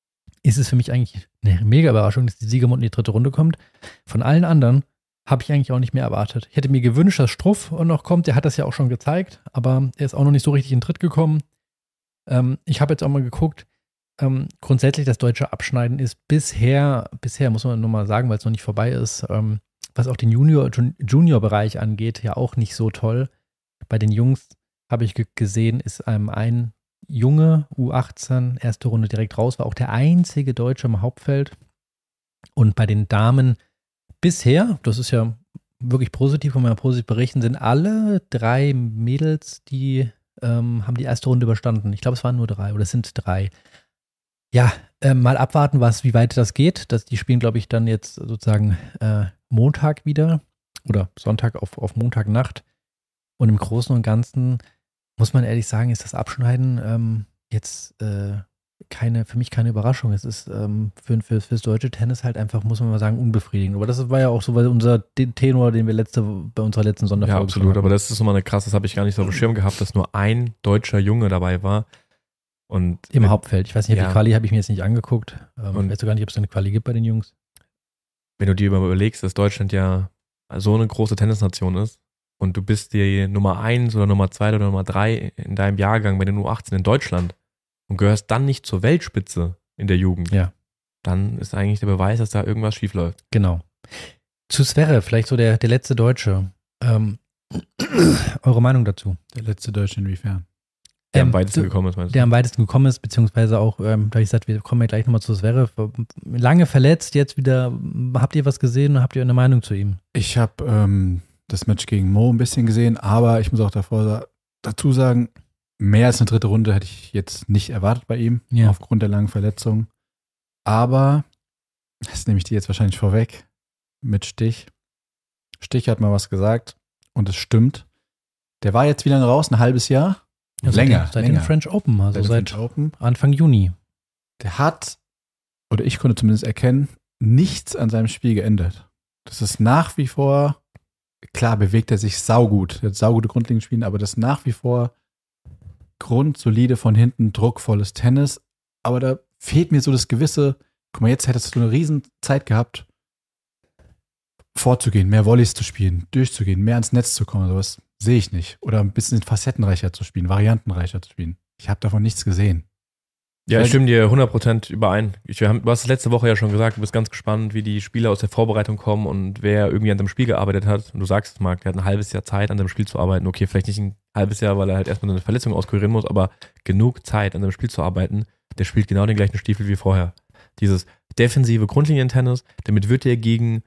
Speaker 1: ist es für mich eigentlich eine mega Überraschung, dass die Siegermund in die dritte Runde kommt. Von allen anderen habe ich eigentlich auch nicht mehr erwartet. Ich hätte mir gewünscht, dass Struff noch kommt, der hat das ja auch schon gezeigt, aber er ist auch noch nicht so richtig in den Tritt gekommen. Ähm, ich habe jetzt auch mal geguckt, ähm, grundsätzlich das deutsche Abschneiden ist bisher, bisher muss man nur mal sagen, weil es noch nicht vorbei ist, ähm, was auch den Junior, Junior-Bereich angeht, ja auch nicht so toll. Bei den Jungs habe ich ge- gesehen, ist ähm, ein Junge, U achtzehn, erste Runde direkt raus, war auch der einzige Deutsche im Hauptfeld. Und bei den Damen bisher, das ist ja wirklich positiv, wenn wir positiv berichten, sind alle drei Mädels, die ähm, haben die erste Runde überstanden. Ich glaube, es waren nur drei oder es sind drei. Ja, äh, mal abwarten, was, wie weit das geht. Das, die spielen, glaube ich, dann jetzt sozusagen äh, Montag wieder oder Sonntag auf, auf Montagnacht. Und im Großen und Ganzen muss man ehrlich sagen, ist das Abschneiden ähm, jetzt äh, keine, für mich keine Überraschung. Es ist ähm, für, für, fürs deutsche Tennis halt einfach, muss man mal sagen, unbefriedigend. Aber das war ja auch so unser Tenor, den wir letzte, bei unserer letzten Sonderfolge
Speaker 2: Ja, absolut.
Speaker 1: hatten.
Speaker 2: Aber das ist nochmal eine krasse, das habe ich gar nicht so auf dem Schirm gehabt, dass nur ein deutscher Junge dabei war. Und
Speaker 1: Im Hauptfeld. Ich weiß nicht,
Speaker 2: Ja.
Speaker 1: die Quali habe ich mir jetzt nicht angeguckt. Ähm,
Speaker 2: Und-
Speaker 1: ich weiß sogar nicht, ob es eine Quali gibt bei den Jungs.
Speaker 2: wenn du dir mal überlegst, dass Deutschland ja so eine große Tennisnation ist und du bist die Nummer eins oder Nummer zwei oder Nummer drei in deinem Jahrgang bei den U achtzehn in Deutschland und gehörst dann nicht zur Weltspitze in der Jugend,
Speaker 1: Ja.
Speaker 2: dann ist eigentlich der Beweis, dass da irgendwas schief läuft.
Speaker 1: Genau. Zu Zverev, vielleicht so der, der letzte Deutsche. Ähm, eure Meinung dazu?
Speaker 3: Der letzte Deutsche inwiefern?
Speaker 2: Der
Speaker 1: Ähm,
Speaker 2: am weitesten
Speaker 1: du-
Speaker 2: gekommen ist, meinst du?
Speaker 1: Der am weitesten gekommen ist, beziehungsweise auch, ähm, da hab ich gesagt, wir kommen ja gleich nochmal zu Zverev. Lange verletzt, jetzt wieder, habt ihr was gesehen und habt ihr eine Meinung zu ihm?
Speaker 3: Ich habe ähm, das Match gegen Mo ein bisschen gesehen, aber ich muss auch davor sa- dazu sagen, mehr als eine dritte Runde hätte ich jetzt nicht erwartet bei ihm,
Speaker 1: Ja.
Speaker 3: aufgrund der langen Verletzung. Aber, das nehme ich dir jetzt wahrscheinlich vorweg, mit Stich. Stich hat mal was gesagt und es stimmt. Der war jetzt wie lange raus? Ein halbes Jahr?
Speaker 1: Ja,
Speaker 3: länger,
Speaker 1: Seit, seit
Speaker 3: länger.
Speaker 1: dem French Open, also
Speaker 3: Bei den
Speaker 1: seit
Speaker 3: French Open.
Speaker 1: Anfang Juni.
Speaker 3: Der hat, oder ich konnte zumindest erkennen, nichts an seinem Spiel geändert. Das ist nach wie vor, klar bewegt er sich saugut, er hat saugute grundlegende Spiele, aber das ist nach wie vor grundsolide von hinten, druckvolles Tennis. Aber da fehlt mir so das gewisse, guck mal, jetzt hättest du eine riesen Zeit gehabt, vorzugehen, mehr Volleys zu spielen, durchzugehen, mehr ans Netz zu kommen, sowas sehe ich nicht. Oder ein bisschen facettenreicher zu spielen, variantenreicher zu spielen. Ich habe davon nichts gesehen.
Speaker 2: Ja, ich stimme dir hundert Prozent überein. Ich, wir haben, du hast es letzte Woche ja schon gesagt, du bist ganz gespannt, wie die Spieler aus der Vorbereitung kommen und wer irgendwie an dem Spiel gearbeitet hat. Und du sagst es, Marc, der hat ein halbes Jahr Zeit, an dem Spiel zu arbeiten. Okay, vielleicht nicht ein halbes Jahr, weil er halt erstmal eine Verletzung auskurieren muss, aber genug Zeit, an dem Spiel zu arbeiten. Der spielt genau den gleichen Stiefel wie vorher. Dieses defensive Grundlinientennis, damit wird er gegen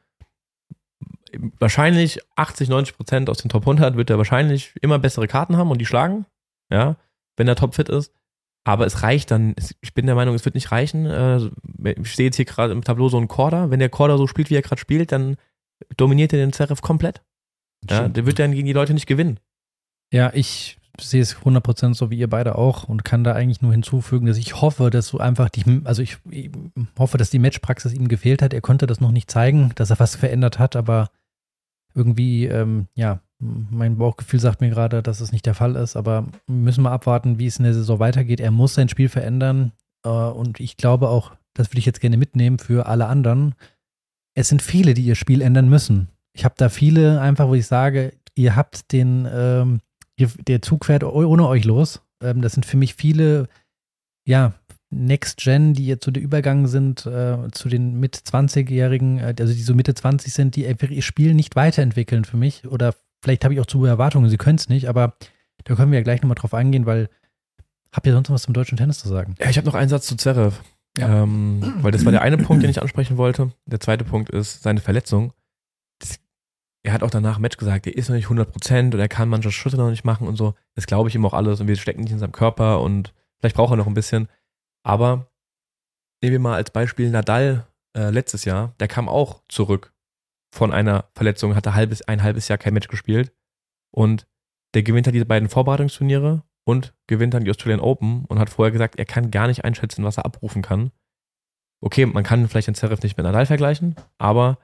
Speaker 2: wahrscheinlich achtzig, neunzig Prozent aus den Top hundert wird er wahrscheinlich immer bessere Karten haben und die schlagen, ja, wenn er topfit ist. Aber es reicht dann, ich bin der Meinung, es wird nicht reichen. Ich sehe jetzt hier gerade im Tableau so einen Korda. Wenn der Korda so spielt, wie er gerade spielt, dann dominiert er den Zverev komplett. Ja, der wird dann gegen die Leute nicht gewinnen.
Speaker 1: Ja, ich sehe es hundert Prozent so wie ihr beide auch und kann da eigentlich nur hinzufügen, dass ich hoffe, dass so einfach die, also ich, ich hoffe, dass die Matchpraxis ihm gefehlt hat. Er konnte das noch nicht zeigen, dass er was verändert hat, aber irgendwie, ähm, ja, mein Bauchgefühl sagt mir gerade, dass es nicht der Fall ist, aber müssen wir abwarten, wie es in der Saison weitergeht. Er muss sein Spiel verändern äh, und ich glaube auch, das würde ich jetzt gerne mitnehmen für alle anderen. Es sind viele, die ihr Spiel ändern müssen. Ich habe da viele einfach, wo ich sage, ihr habt den, ähm, ihr, der Zug fährt ohne euch los. Ähm, das sind für mich viele, ja, Next Gen, die jetzt so der Übergang sind äh, zu den mit zwanzigjährigen, äh, also die so Mitte zwanzig sind, die einfach ihr Spiel nicht weiterentwickeln für mich oder vielleicht habe ich auch zu hohe Erwartungen, sie können es nicht, aber da können wir ja gleich nochmal drauf eingehen, weil habt ihr sonst noch was zum deutschen Tennis zu sagen?
Speaker 2: Ja, ich habe noch einen Satz zu Zverev.
Speaker 3: Ja.
Speaker 2: Ähm, weil das war der eine Punkt, den ich ansprechen wollte. Der zweite Punkt ist seine Verletzung. Das, er hat auch danach im Match gesagt, er ist noch nicht hundert Prozent und er kann manche Schritte noch nicht machen und so. Das glaube ich ihm auch alles und wir stecken nicht in seinem Körper und vielleicht braucht er noch ein bisschen. Aber nehmen wir mal als Beispiel Nadal äh, letztes Jahr, der kam auch zurück von einer Verletzung, hatte halbes, ein halbes Jahr kein Match gespielt und der gewinnt halt diese beiden Vorbereitungsturniere und gewinnt dann die Australian Open und hat vorher gesagt, er kann gar nicht einschätzen, was er abrufen kann. Okay, man kann vielleicht den Zverev nicht mit Nadal vergleichen, aber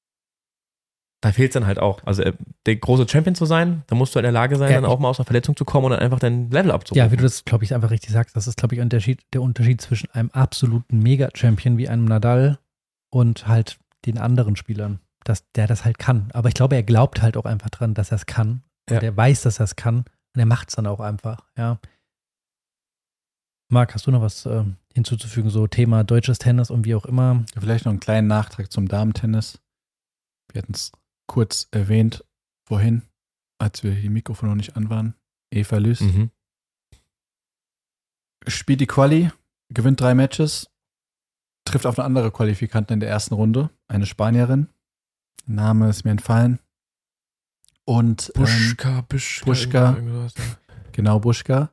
Speaker 2: da fehlt es dann halt auch. Also der große Champion zu sein, da musst du in der Lage sein,
Speaker 1: Ja,
Speaker 2: dann auch mal aus einer Verletzung zu kommen und dann einfach dein Level abzurufen.
Speaker 1: Ja, wie du das, glaube ich, einfach richtig sagst, das ist, glaube ich, ein Unterschied, der Unterschied zwischen einem absoluten Mega-Champion wie einem Nadal und halt den anderen Spielern, dass der das halt kann. Aber ich glaube, er glaubt halt auch einfach dran, dass er es kann.
Speaker 2: Ja.
Speaker 1: Und er weiß, dass er es kann. Und er macht es dann auch einfach, ja. Marc, hast du noch was äh, hinzuzufügen? So Thema deutsches Tennis und wie auch immer.
Speaker 3: Vielleicht noch einen kleinen Nachtrag zum Damentennis. Wir hatten es kurz erwähnt vorhin, als wir die Mikrofone noch nicht an waren. Eva Lys
Speaker 2: Mhm.
Speaker 3: spielt die Quali, gewinnt drei Matches, trifft auf eine andere Qualifikantin in der ersten Runde, eine Spanierin. Name ist mir entfallen. Und ähm,
Speaker 2: Buschka, Buschka.
Speaker 3: Buschka.
Speaker 2: irgendwas, ja.
Speaker 3: genau, Buschka.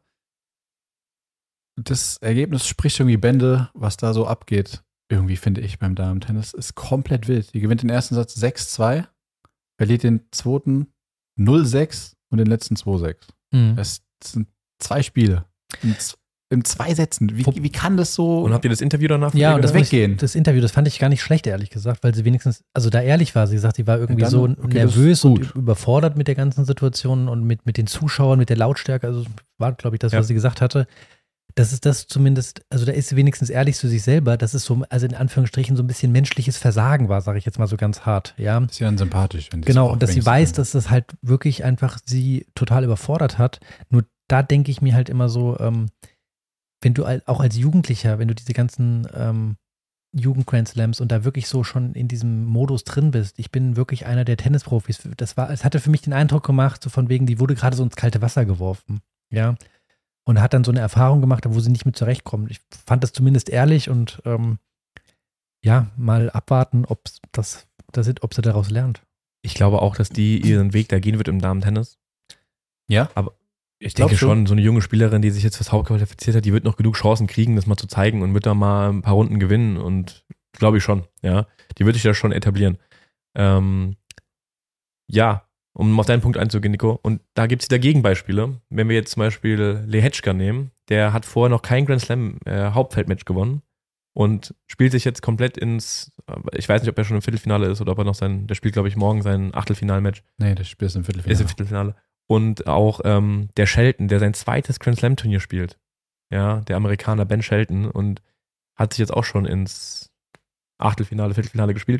Speaker 3: Das Ergebnis spricht irgendwie Bände, was da so abgeht. Irgendwie finde ich beim Damen-Tennis ist komplett wild. Die gewinnt den ersten Satz sechs zwei, verliert den zweiten null sechs und den letzten zwei sechs.
Speaker 1: Mhm.
Speaker 3: Das sind zwei Spiele. In, z- in zwei Sätzen. Wie, wie kann das so
Speaker 2: Und habt ihr das Interview danach von
Speaker 1: Ja,
Speaker 2: ihr
Speaker 1: und das,
Speaker 2: gehört?
Speaker 3: weggehen?
Speaker 1: das Interview, das fand ich gar nicht schlecht, ehrlich gesagt, weil sie wenigstens, also da ehrlich war, sie sagt, sie war irgendwie
Speaker 3: Ja, dann-
Speaker 1: so
Speaker 3: okay, das
Speaker 1: nervös
Speaker 3: ist
Speaker 1: und
Speaker 3: gut.
Speaker 1: überfordert mit der ganzen Situation und mit, mit den Zuschauern, mit der Lautstärke, also war, glaube ich, das,
Speaker 2: Ja.
Speaker 1: was sie gesagt hatte. Das ist das zumindest, also da ist sie wenigstens ehrlich zu sich selber, dass es so, also in Anführungsstrichen so ein bisschen menschliches Versagen war, sage ich jetzt mal so ganz hart, ja.
Speaker 3: Ist ja dann sympathisch. Wenn die
Speaker 1: Genau,
Speaker 3: so
Speaker 1: und dass sie
Speaker 3: wenigstens
Speaker 1: weiß,
Speaker 3: können.
Speaker 1: dass das halt wirklich einfach sie total überfordert hat. Nur da denke ich mir halt immer so, ähm, wenn du al- auch als Jugendlicher, wenn du diese ganzen ähm, Jugend-Grand Slams und da wirklich so schon in diesem Modus drin bist, ich bin wirklich einer der Tennisprofis. Das war, es hatte für mich den Eindruck gemacht, so von wegen, die wurde gerade so ins kalte Wasser geworfen. Ja. und hat dann so eine Erfahrung gemacht, wo sie nicht mit zurechtkommt. Ich fand das zumindest ehrlich und ähm, ja, mal abwarten, ob das, das, ob sie daraus lernt.
Speaker 2: Ich glaube auch, dass die ihren Weg da gehen wird im Damen-Tennis.
Speaker 3: Ja?
Speaker 2: Aber ich denke schon, schon, so eine junge Spielerin, die sich jetzt fürs Haupt qualifiziert hat, die wird noch genug Chancen kriegen, das mal zu zeigen und wird da mal ein paar Runden gewinnen und glaube ich schon, ja. Die wird sich da schon etablieren. Ähm, ja, um auf deinen Punkt einzugehen, Nico. Und da gibt es wieder Gegenbeispiele. Wenn wir jetzt zum Beispiel Lehečka nehmen, der hat vorher noch kein Grand Slam äh, Hauptfeldmatch gewonnen und spielt sich jetzt komplett ins, ich weiß nicht, ob er schon im Viertelfinale ist oder ob er noch sein, der spielt, glaube ich, morgen sein Achtelfinalmatch.
Speaker 3: Nee, der spielt im Viertelfinale.
Speaker 2: Ist im Viertelfinale. Und auch ähm, der Shelton, der sein zweites Grand Slam Turnier spielt. Ja, der Amerikaner Ben Shelton und hat sich jetzt auch schon ins Achtelfinale, Viertelfinale gespielt.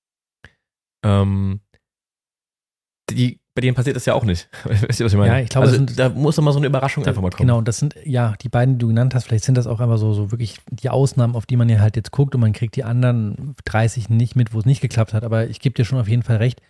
Speaker 2: Ähm, die, bei denen passiert das ja auch nicht. Weißt du, was ich meine?
Speaker 1: Ja, ich glaube,
Speaker 2: also,
Speaker 1: sind,
Speaker 2: da muss doch mal so eine Überraschung
Speaker 1: da,
Speaker 2: einfach mal kommen.
Speaker 1: Genau, das sind, ja, die beiden, die du genannt hast, vielleicht sind das auch einfach so, so wirklich die Ausnahmen, auf die man ja halt jetzt guckt und man kriegt die anderen dreißig nicht mit, wo es nicht geklappt hat. Aber ich gebe dir schon auf jeden Fall recht.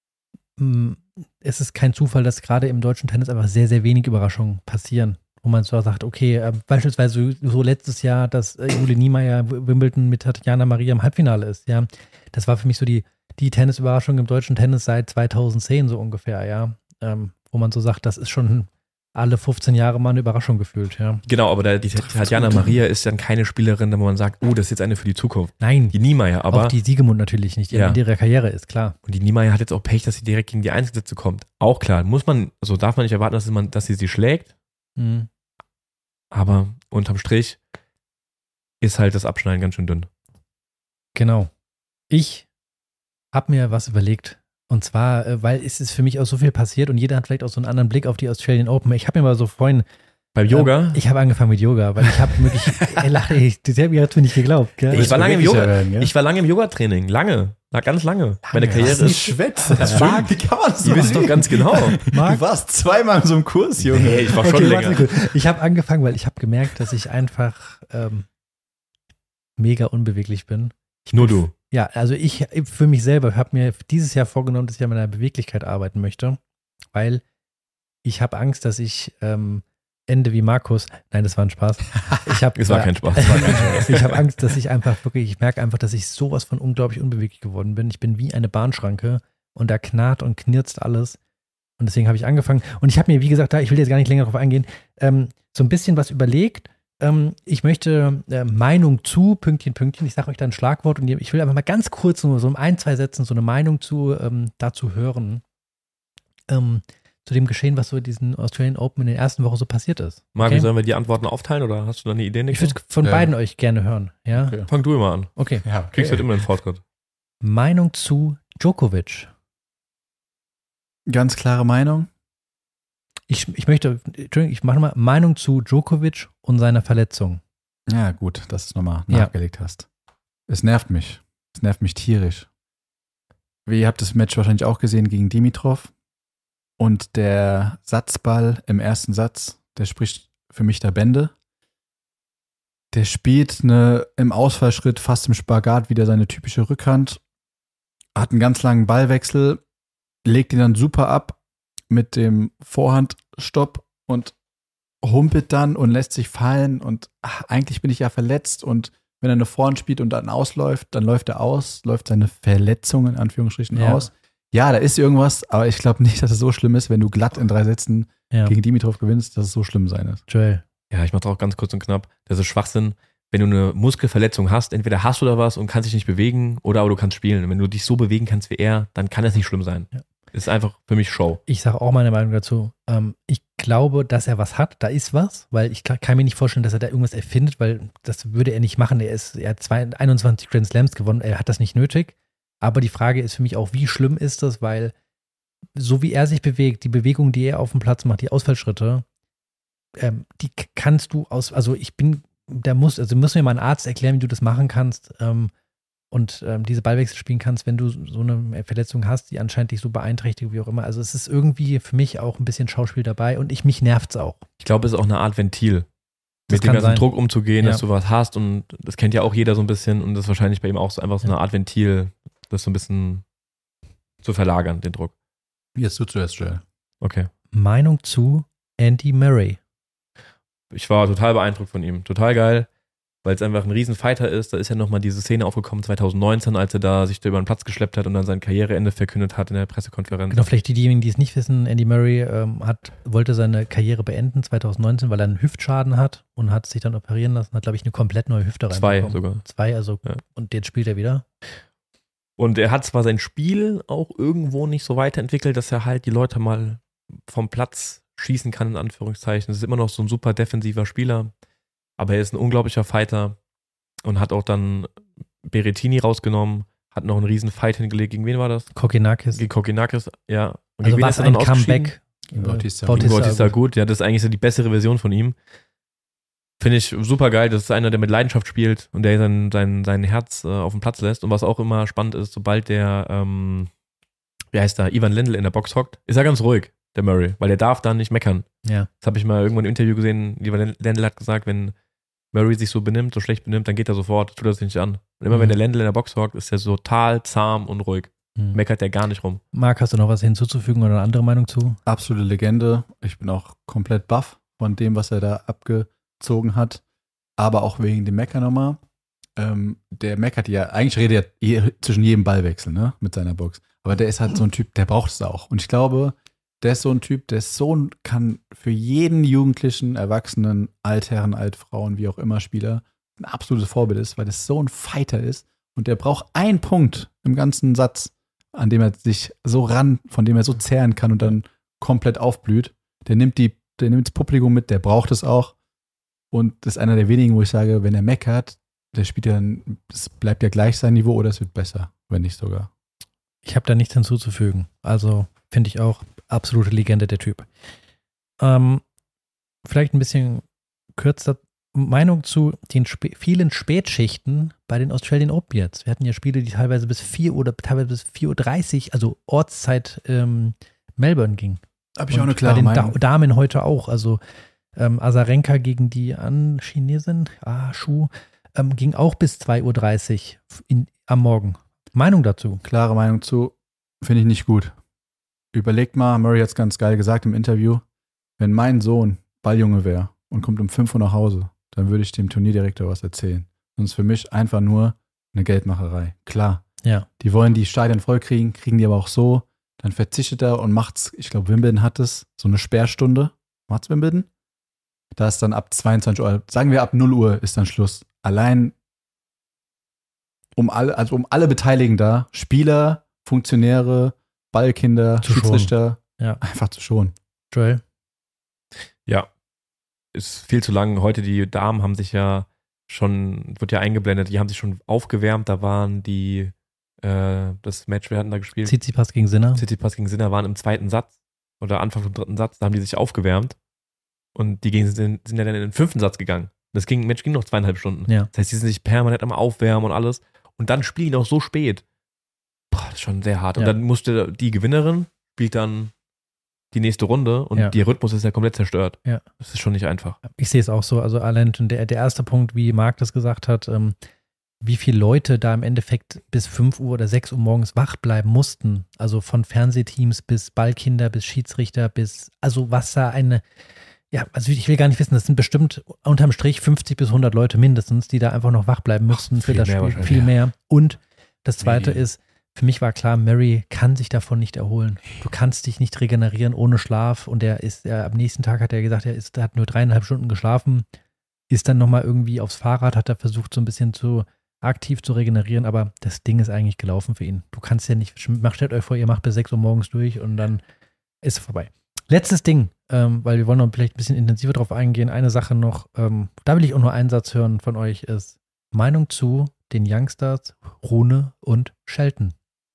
Speaker 1: Es ist kein Zufall, dass gerade im deutschen Tennis einfach sehr, sehr wenig Überraschungen passieren. Wo man so sagt, okay, äh, beispielsweise so, so letztes Jahr, dass äh, Jule Niemeyer Wimbledon mit Tatjana Maria im Halbfinale ist, ja. Das war für mich so die, die Tennisüberraschung im deutschen Tennis seit zweitausendzehn so ungefähr, ja. Ähm, wo man so sagt, das ist schon alle fünfzehn Jahre mal eine Überraschung gefühlt, ja.
Speaker 2: Genau, aber da, die Tatjana Maria ist dann keine Spielerin, wo man sagt, oh, das ist jetzt eine für die Zukunft.
Speaker 1: Nein,
Speaker 2: die Niemeyer, aber
Speaker 1: auch die Siegemund natürlich nicht, die
Speaker 2: ja.
Speaker 1: in ihrer Karriere ist, klar.
Speaker 2: Und die Niemeyer hat jetzt auch Pech, dass sie direkt gegen die Einzelsätze kommt. Auch klar, muss man, so darf man nicht erwarten, dass, man, dass sie sie schlägt.
Speaker 1: Mhm.
Speaker 2: Aber unterm Strich ist halt das Abschneiden ganz schön dünn.
Speaker 1: Genau. Ich habe mir was überlegt. Und zwar, weil es ist für mich auch so viel passiert und jeder hat vielleicht auch so einen anderen Blick auf die Australian Open. Ich habe mir mal so vorhin.
Speaker 2: Beim Yoga?
Speaker 1: Ähm, ich habe angefangen mit Yoga, weil ich habe wirklich. Ey, lache ich. Das hat mir jetzt nicht geglaubt. Gell?
Speaker 2: Ich war lange im Yoga.
Speaker 3: Werden, ja?
Speaker 2: Ich war lange im Yoga-Training. Lange. War ganz lange. Meine Karriere ist.
Speaker 3: Schwätze. Ja. Wie kann man das
Speaker 2: Ihr wisst doch ganz genau.
Speaker 3: Marc? Du warst zweimal in so einem Kurs, Junge.
Speaker 2: Nee, ich war schon
Speaker 1: okay,
Speaker 2: länger.
Speaker 1: Ich habe angefangen, weil ich habe gemerkt, dass ich einfach ähm, mega unbeweglich bin. Ich
Speaker 2: Nur
Speaker 1: bin,
Speaker 2: du.
Speaker 1: Ja, also ich für mich selber habe mir dieses Jahr vorgenommen, dass ich an meiner Beweglichkeit arbeiten möchte, weil ich habe Angst, dass ich ähm, ende wie Markus. Nein, das war ein Spaß. Ich hab,
Speaker 2: es war kein Spaß. Es war kein Spaß.
Speaker 1: Ich habe Angst, dass ich einfach wirklich, ich merke einfach, dass ich sowas von unglaublich unbeweglich geworden bin. Ich bin wie eine Bahnschranke und da knarrt und knirzt alles. Und deswegen habe ich angefangen. Und ich habe mir, wie gesagt, da, ich will jetzt gar nicht länger darauf eingehen, ähm, so ein bisschen was überlegt. Ähm, ich möchte äh, Meinung zu, Pünktchen, Pünktchen. Ich sage euch da ein Schlagwort und ich will einfach mal ganz kurz, nur so in ein, zwei Sätzen, so eine Meinung zu ähm, dazu hören. Ähm, zu dem Geschehen, was so in diesen Australian Open in den ersten Wochen so passiert ist.
Speaker 2: Marc,
Speaker 1: okay?
Speaker 2: sollen wir die Antworten aufteilen oder hast du da eine Idee, Nico?
Speaker 1: Ich würde von
Speaker 3: Ja.
Speaker 1: beiden euch gerne hören. Ja?
Speaker 3: Okay.
Speaker 2: Fang du immer an.
Speaker 1: Okay.
Speaker 3: Ja, okay.
Speaker 2: Kriegst halt immer den Vortritt.
Speaker 1: Meinung zu Djokovic.
Speaker 3: Ganz klare Meinung.
Speaker 1: Ich, ich möchte, Entschuldigung, ich mache mal Meinung zu Djokovic und seiner Verletzung.
Speaker 3: Ja, gut, dass du es nochmal
Speaker 1: Ja.
Speaker 3: nachgelegt hast. Es nervt mich. Es nervt mich tierisch. Ihr habt das Match wahrscheinlich auch gesehen gegen Dimitrov. Und der Satzball im ersten Satz, der spricht für mich der Bände. Der spielt eine, im Ausfallschritt fast im Spagat wieder seine typische Rückhand. Hat einen ganz langen Ballwechsel, legt ihn dann super ab mit dem Vorhandstopp und humpelt dann und lässt sich fallen. Und ach, eigentlich bin ich ja verletzt. Und wenn er eine Vorhand spielt und dann ausläuft, dann läuft er aus, läuft seine Verletzung in Anführungsstrichen
Speaker 1: Ja.
Speaker 3: aus. Ja, da ist irgendwas, aber ich glaube nicht, dass es so schlimm ist, wenn du glatt in drei Sätzen
Speaker 1: Ja.
Speaker 3: gegen Dimitrov gewinnst, dass es so schlimm sein ist.
Speaker 1: Joel.
Speaker 2: Ja, ich mach auch ganz kurz und knapp. Das ist Schwachsinn. Wenn du eine Muskelverletzung hast, entweder hast du da was und kannst dich nicht bewegen oder aber du kannst spielen. Und wenn du dich so bewegen kannst wie er, dann kann das nicht schlimm sein.
Speaker 1: Ja.
Speaker 2: Ist einfach für mich Show.
Speaker 1: Ich sage auch meine Meinung dazu. Ähm, ich glaube, dass er was hat. Da ist was, weil ich kann mir nicht vorstellen, dass er da irgendwas erfindet, weil das würde er nicht machen. Er, ist, er hat zwei, einundzwanzig Grand Slams gewonnen. Er hat das nicht nötig. Aber die Frage ist für mich auch, wie schlimm ist das, weil so wie er sich bewegt, die Bewegung, die er auf dem Platz macht, die Ausfallschritte, ähm, die kannst du aus, also ich bin, da muss, also muss mir mal ein Arzt erklären, wie du das machen kannst ähm, und ähm, diese Ballwechsel spielen kannst, wenn du so eine Verletzung hast, die anscheinend dich so beeinträchtigt, wie auch immer. Also es ist irgendwie für mich auch ein bisschen Schauspiel dabei und ich, mich nervt's auch.
Speaker 2: Ich glaube, es ist auch eine Art Ventil,
Speaker 1: Das
Speaker 2: mit dem
Speaker 1: kann
Speaker 2: ganzen
Speaker 1: sein.
Speaker 2: Druck umzugehen,
Speaker 1: Ja.
Speaker 2: dass du was hast und das kennt ja auch jeder so ein bisschen und das ist wahrscheinlich bei ihm auch so einfach so eine Art Ventil, das so ein bisschen zu verlagern, den Druck.
Speaker 3: Jetzt du zuerst, Joel.
Speaker 2: Okay.
Speaker 1: Meinung zu Andy Murray.
Speaker 2: ich war total beeindruckt von ihm. Total geil, weil es einfach ein Riesenfighter ist. Da ist ja nochmal diese Szene aufgekommen zwanzig neunzehn, als er da sich da über den Platz geschleppt hat und dann sein Karriereende verkündet hat in der Pressekonferenz.
Speaker 1: Genau, vielleicht diejenigen, die es nicht wissen, Andy Murray ähm, hat, wollte seine Karriere beenden zwanzig neunzehn, weil er einen Hüftschaden hat und hat sich dann operieren lassen, hat, glaube ich, eine komplett neue Hüfte reinbekommen.
Speaker 2: Zwei sogar.
Speaker 1: Zwei, also
Speaker 2: ja.
Speaker 1: Und jetzt spielt er wieder.
Speaker 2: Und er hat zwar sein Spiel auch irgendwo nicht so weiterentwickelt, dass er halt die Leute mal vom Platz schießen kann, in Anführungszeichen. Es ist immer noch so ein super defensiver Spieler, aber er ist ein unglaublicher Fighter und hat auch dann Berrettini rausgenommen, hat noch einen riesen Fight hingelegt. Gegen wen war das?
Speaker 1: Kokkinakis.
Speaker 2: Gegen Kokkinakis, ja. Und
Speaker 1: also
Speaker 2: gegen
Speaker 1: war
Speaker 2: wen
Speaker 1: es ein Comeback?
Speaker 3: Gegen Bautista.
Speaker 1: Bautista,
Speaker 2: gegen Bautista gut. gut. Ja, das ist eigentlich so die bessere Version von ihm. Finde ich super geil. Das ist einer, der mit Leidenschaft spielt und der sein, sein, sein Herz äh, auf den Platz lässt. Und was auch immer spannend ist, sobald der, ähm, wie heißt der, Ivan Lendl in der Box hockt, ist er ganz ruhig, der Murray, weil der darf da nicht meckern.
Speaker 1: Ja.
Speaker 2: Das habe ich mal irgendwann im Interview gesehen. Ivan Lendl hat gesagt, wenn Murray sich so benimmt, so schlecht benimmt, dann geht er sofort, tut er sich nicht an. Und immer
Speaker 1: Mhm.
Speaker 2: wenn der Lendl in der Box hockt, ist er so total zahm und ruhig.
Speaker 1: Mhm.
Speaker 2: Meckert der gar nicht rum.
Speaker 1: Marc, hast du noch was hinzuzufügen oder eine andere Meinung zu?
Speaker 3: Absolute Legende. Ich bin auch komplett baff von dem, was er da abgezogen hat. Aber auch wegen dem Mecker nochmal. Ähm, der meckert ja, eigentlich redet er je, zwischen jedem Ballwechsel, ne, mit seiner Box. Aber der ist halt so ein Typ, der braucht es auch. Und ich glaube, der ist so ein Typ, der ist so ein, kann für jeden Jugendlichen, Erwachsenen, Altherren, Altfrauen, wie auch immer Spieler, ein absolutes Vorbild ist, weil das so ein Fighter ist. Und der braucht einen Punkt im ganzen Satz, an dem er sich so ran, von dem er so zehren kann und dann komplett aufblüht. Der nimmt die, der nimmt das Publikum mit, der braucht es auch. Und das ist einer der wenigen, wo ich sage, wenn er meckert, der spielt ja dann, es bleibt ja gleich sein Niveau oder es wird besser, wenn nicht sogar.
Speaker 1: Ich habe da nichts hinzuzufügen. Also finde ich auch absolute Legende, der Typ. Ähm, vielleicht ein bisschen kürzer Meinung zu den spä- vielen Spätschichten bei den Australian Open jetzt. Wir hatten ja Spiele, die teilweise bis vier oder teilweise bis vier Uhr dreißig, also Ortszeit ähm, Melbourne ging.
Speaker 3: Habe ich auch
Speaker 1: Und
Speaker 3: eine klare
Speaker 1: bei den
Speaker 3: Meinung.
Speaker 1: Da- Damen heute auch. Also ähm, Azarenka gegen die an Chinesin, ah, Shu, ähm, ging auch bis zwei Uhr dreißig in, am Morgen. Meinung dazu?
Speaker 3: Klare Meinung zu, finde ich nicht gut. Überlegt mal, Murray hat es ganz geil gesagt im Interview, wenn mein Sohn Balljunge wäre und kommt um fünf Uhr nach Hause, dann würde ich dem Turnierdirektor was erzählen. Sonst für mich einfach nur eine Geldmacherei. Klar,
Speaker 1: Ja.
Speaker 3: die wollen die Stadien voll kriegen, kriegen die aber auch so. Dann verzichtet er und macht's, ich glaube, Wimbledon hat es, so eine Sperrstunde. Macht's Wimbledon? Da ist dann ab zweiundzwanzig Uhr, sagen wir ab null Uhr ist dann Schluss. Allein um alle, also um alle Beteiligten da, Spieler, Funktionäre, Ballkinder,
Speaker 1: Zu
Speaker 3: Schiedsrichter,
Speaker 1: Ja.
Speaker 3: einfach zu schonen.
Speaker 1: Joel?
Speaker 2: Ja, ist viel zu lang. Heute die Damen haben sich ja schon, wird ja eingeblendet, die haben sich schon aufgewärmt. Da waren die, äh, das Match, wir hatten da gespielt.
Speaker 1: Tsitsipas gegen Sinner?
Speaker 2: Tsitsipas gegen Sinner waren im zweiten Satz oder Anfang vom dritten Satz, da haben die sich aufgewärmt und die gegen, sind, sind ja dann in den fünften Satz gegangen. Das ging, Match ging noch zweieinhalb Stunden.
Speaker 1: Ja.
Speaker 2: Das heißt, die sind sich permanent am Aufwärmen und alles und dann spielen die noch so spät. Boah, das ist schon sehr hart. Und
Speaker 1: Ja.
Speaker 2: dann musste die Gewinnerin, spielt dann die nächste Runde und
Speaker 1: Ja.
Speaker 2: der Rhythmus ist ja komplett zerstört.
Speaker 1: Ja.
Speaker 2: Das ist schon nicht einfach.
Speaker 1: Ich sehe es auch so. Also allein schon der, der erste Punkt, wie Marc das gesagt hat, ähm, wie viele Leute da im Endeffekt bis fünf Uhr oder sechs Uhr morgens wach bleiben mussten. Also von Fernsehteams bis Ballkinder, bis Schiedsrichter, bis, also was da eine, ja, also ich will gar nicht wissen, das sind bestimmt unterm Strich fünfzig bis hundert Leute mindestens, die da einfach noch wach bleiben müssten
Speaker 2: Ach,
Speaker 1: für
Speaker 2: viel
Speaker 1: das
Speaker 2: mehr
Speaker 1: Spiel.
Speaker 2: wahrscheinlich,
Speaker 1: Viel
Speaker 2: ja.
Speaker 1: mehr. Und das Zweite
Speaker 2: Nee.
Speaker 1: ist, für mich war klar, Murray kann sich davon nicht erholen. Du kannst dich nicht regenerieren ohne Schlaf. Und er ist, er, am nächsten Tag hat er gesagt, er ist, er hat nur dreieinhalb Stunden geschlafen, ist dann nochmal irgendwie aufs Fahrrad, hat er versucht, so ein bisschen zu aktiv zu regenerieren, aber das Ding ist eigentlich gelaufen für ihn. Du kannst ja nicht, macht stellt euch vor, ihr macht bis sechs Uhr morgens durch und dann ist es vorbei. Letztes Ding, ähm, weil wir wollen noch vielleicht ein bisschen intensiver drauf eingehen. Eine Sache noch, ähm, da will ich auch nur einen Satz hören von euch, ist Meinung zu den Youngsters Rune und Shelton.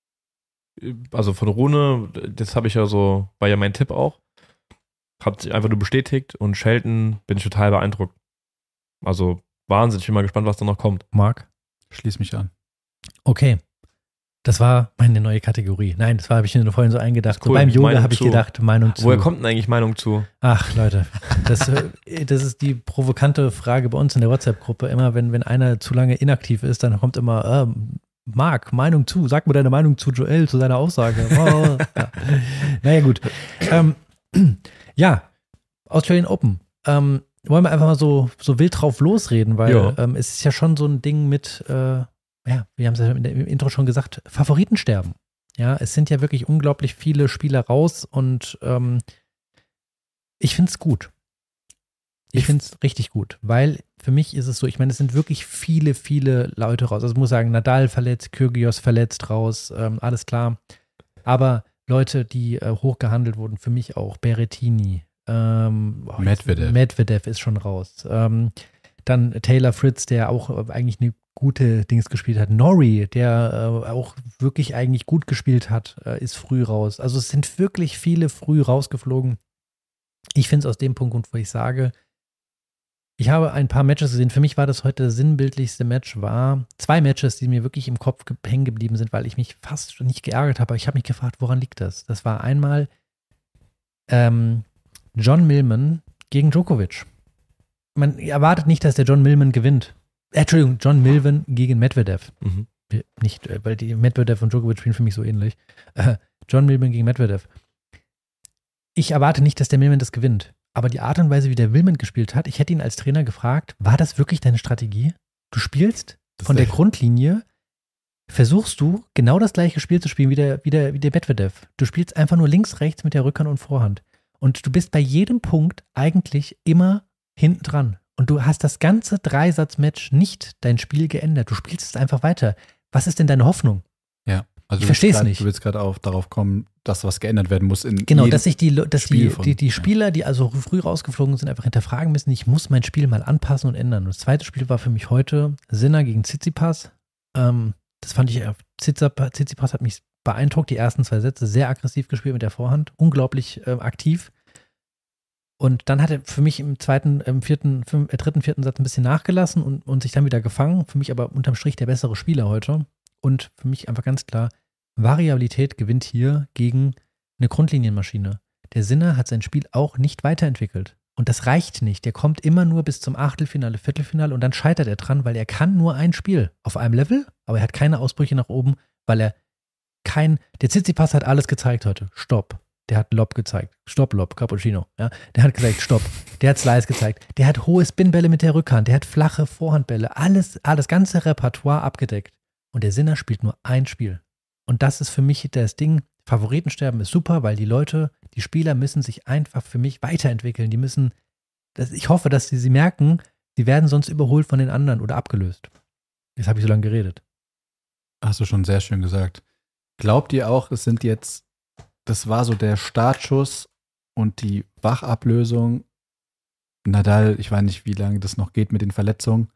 Speaker 2: Also von Rune, das habe ich ja so, war ja mein Tipp auch. Hat sich einfach nur bestätigt und Shelton bin ich total beeindruckt. Also Wahnsinn, ich bin mal gespannt, was da noch kommt.
Speaker 1: Marc?
Speaker 3: Schließ mich an.
Speaker 1: Okay. Das war meine neue Kategorie. Nein, das war, habe ich mir vorhin so eingedacht.
Speaker 2: Cool,
Speaker 1: So beim Yoga
Speaker 2: Meinung
Speaker 1: habe ich
Speaker 2: zu.
Speaker 1: gedacht, Meinung zu.
Speaker 2: Woher kommt denn eigentlich Meinung zu?
Speaker 1: Ach, Leute, das, äh, das ist die provokante Frage bei uns in der WhatsApp-Gruppe. Immer, wenn, wenn einer zu lange inaktiv ist, dann kommt immer, ähm, Marc, Meinung zu, sag mir deine Meinung zu Joel, zu seiner Aussage. Oh, ja. Naja, gut. Ähm, ja, Australian Open. Ähm, wollen wir einfach mal so, so wild drauf losreden, weil
Speaker 2: Ja.
Speaker 1: ähm, es ist ja schon so ein Ding mit, äh, ja, wir haben es ja in der- im Intro schon gesagt, Favoriten sterben. Ja, es sind ja wirklich unglaublich viele Spieler raus und ähm, ich finde es gut. Ich
Speaker 3: Ich-
Speaker 1: finde es richtig gut, weil für mich ist es so, ich meine, es sind wirklich viele, viele Leute raus. Also ich muss sagen, Nadal verletzt, Kyrgios verletzt raus, ähm, alles klar. Aber Leute, die äh, hochgehandelt wurden, für mich auch, Berrettini, ähm, boah, jetzt-
Speaker 3: Medvedev.
Speaker 1: Medvedev ist schon raus. Ähm, dann Taylor Fritz, der auch äh, eigentlich eine gute Dings gespielt hat. Norrie, der äh, auch wirklich eigentlich gut gespielt hat, äh, ist früh raus. Also es sind wirklich viele früh rausgeflogen. Ich finde es aus dem Punkt, wo ich sage, ich habe ein paar Matches gesehen. Für mich war das heute das sinnbildlichste Match, war zwei Matches, die mir wirklich im Kopf ge- hängen geblieben sind, weil ich mich fast nicht geärgert habe. Aber ich habe mich gefragt, woran liegt das? Das war einmal ähm, John Millman gegen Djokovic. Man erwartet nicht, dass der John Millman gewinnt. Äh, Entschuldigung, John Millman gegen Medvedev.
Speaker 2: Mhm.
Speaker 1: Nicht, äh, weil die Medvedev und Djokovic spielen für mich so ähnlich. Äh, John Millman gegen Medvedev. Ich erwarte nicht, dass der Millman das gewinnt. Aber die Art und Weise, wie der Millman gespielt hat, ich hätte ihn als Trainer gefragt, war das wirklich deine Strategie? Du spielst
Speaker 3: Das
Speaker 1: von der
Speaker 3: ist-
Speaker 1: Grundlinie, versuchst du genau das gleiche Spiel zu spielen wie der, wie der, wie der Medvedev. Du spielst einfach nur links, rechts mit der Rückhand und Vorhand. Und du bist bei jedem Punkt eigentlich immer hinten dran. Und du hast das ganze Dreisatz-Match nicht dein Spiel geändert. Du spielst es einfach weiter. Was ist denn deine Hoffnung?
Speaker 3: Ja. Also
Speaker 1: Ich
Speaker 3: du willst
Speaker 1: versteh's
Speaker 3: grad-
Speaker 1: nicht.
Speaker 3: Du willst gerade auf, darauf kommen, dass was geändert werden muss in
Speaker 1: Genau,
Speaker 3: jedem
Speaker 1: dass sich die, dass die,
Speaker 3: Spiel von-
Speaker 1: die, die
Speaker 3: ja.
Speaker 1: Spieler, die also früh rausgeflogen sind, einfach hinterfragen müssen, ich muss mein Spiel mal anpassen und ändern. Und das zweite Spiel war für mich heute Sinner gegen Tsitsipas. Ähm, das fand ich, äh, Tsitsipas, Tsitsipas hat mich beeindruckt, die ersten zwei Sätze sehr aggressiv gespielt mit der Vorhand, unglaublich äh, aktiv. Und dann hat er für mich im zweiten, im vierten, fünf, äh, dritten, vierten Satz ein bisschen nachgelassen und, und sich dann wieder gefangen. Für mich aber unterm Strich der bessere Spieler heute. Und für mich einfach ganz klar, Variabilität gewinnt hier gegen eine Grundlinienmaschine. Der Sinner hat sein Spiel auch nicht weiterentwickelt. Und das reicht nicht. Der kommt immer nur bis zum Achtelfinale, Viertelfinale und dann scheitert er dran, weil er kann nur ein Spiel auf einem Level, aber er hat keine Ausbrüche nach oben, weil er kein, der Tsitsipas hat alles gezeigt heute. Stopp. Der hat Lob gezeigt. Stopp, Lob, Cappuccino. Ja, der hat gesagt, Stopp. Der hat Slice gezeigt. Der hat hohe Spinbälle mit der Rückhand. Der hat flache Vorhandbälle. Alles, alles, das ganze Repertoire abgedeckt. Und der Sinner spielt nur ein Spiel. Und das ist für mich das Ding. Favoritensterben ist super, weil die Leute, die Spieler müssen sich einfach für mich weiterentwickeln. Die müssen, das, ich hoffe, dass sie, sie merken, sie werden sonst überholt von den anderen oder abgelöst. Jetzt habe ich so lange geredet.
Speaker 3: Hast du schon sehr schön gesagt. Glaubt ihr auch, es sind jetzt, das war so der Startschuss und die Wachablösung? Nadal, ich weiß nicht, wie lange das noch geht mit den Verletzungen.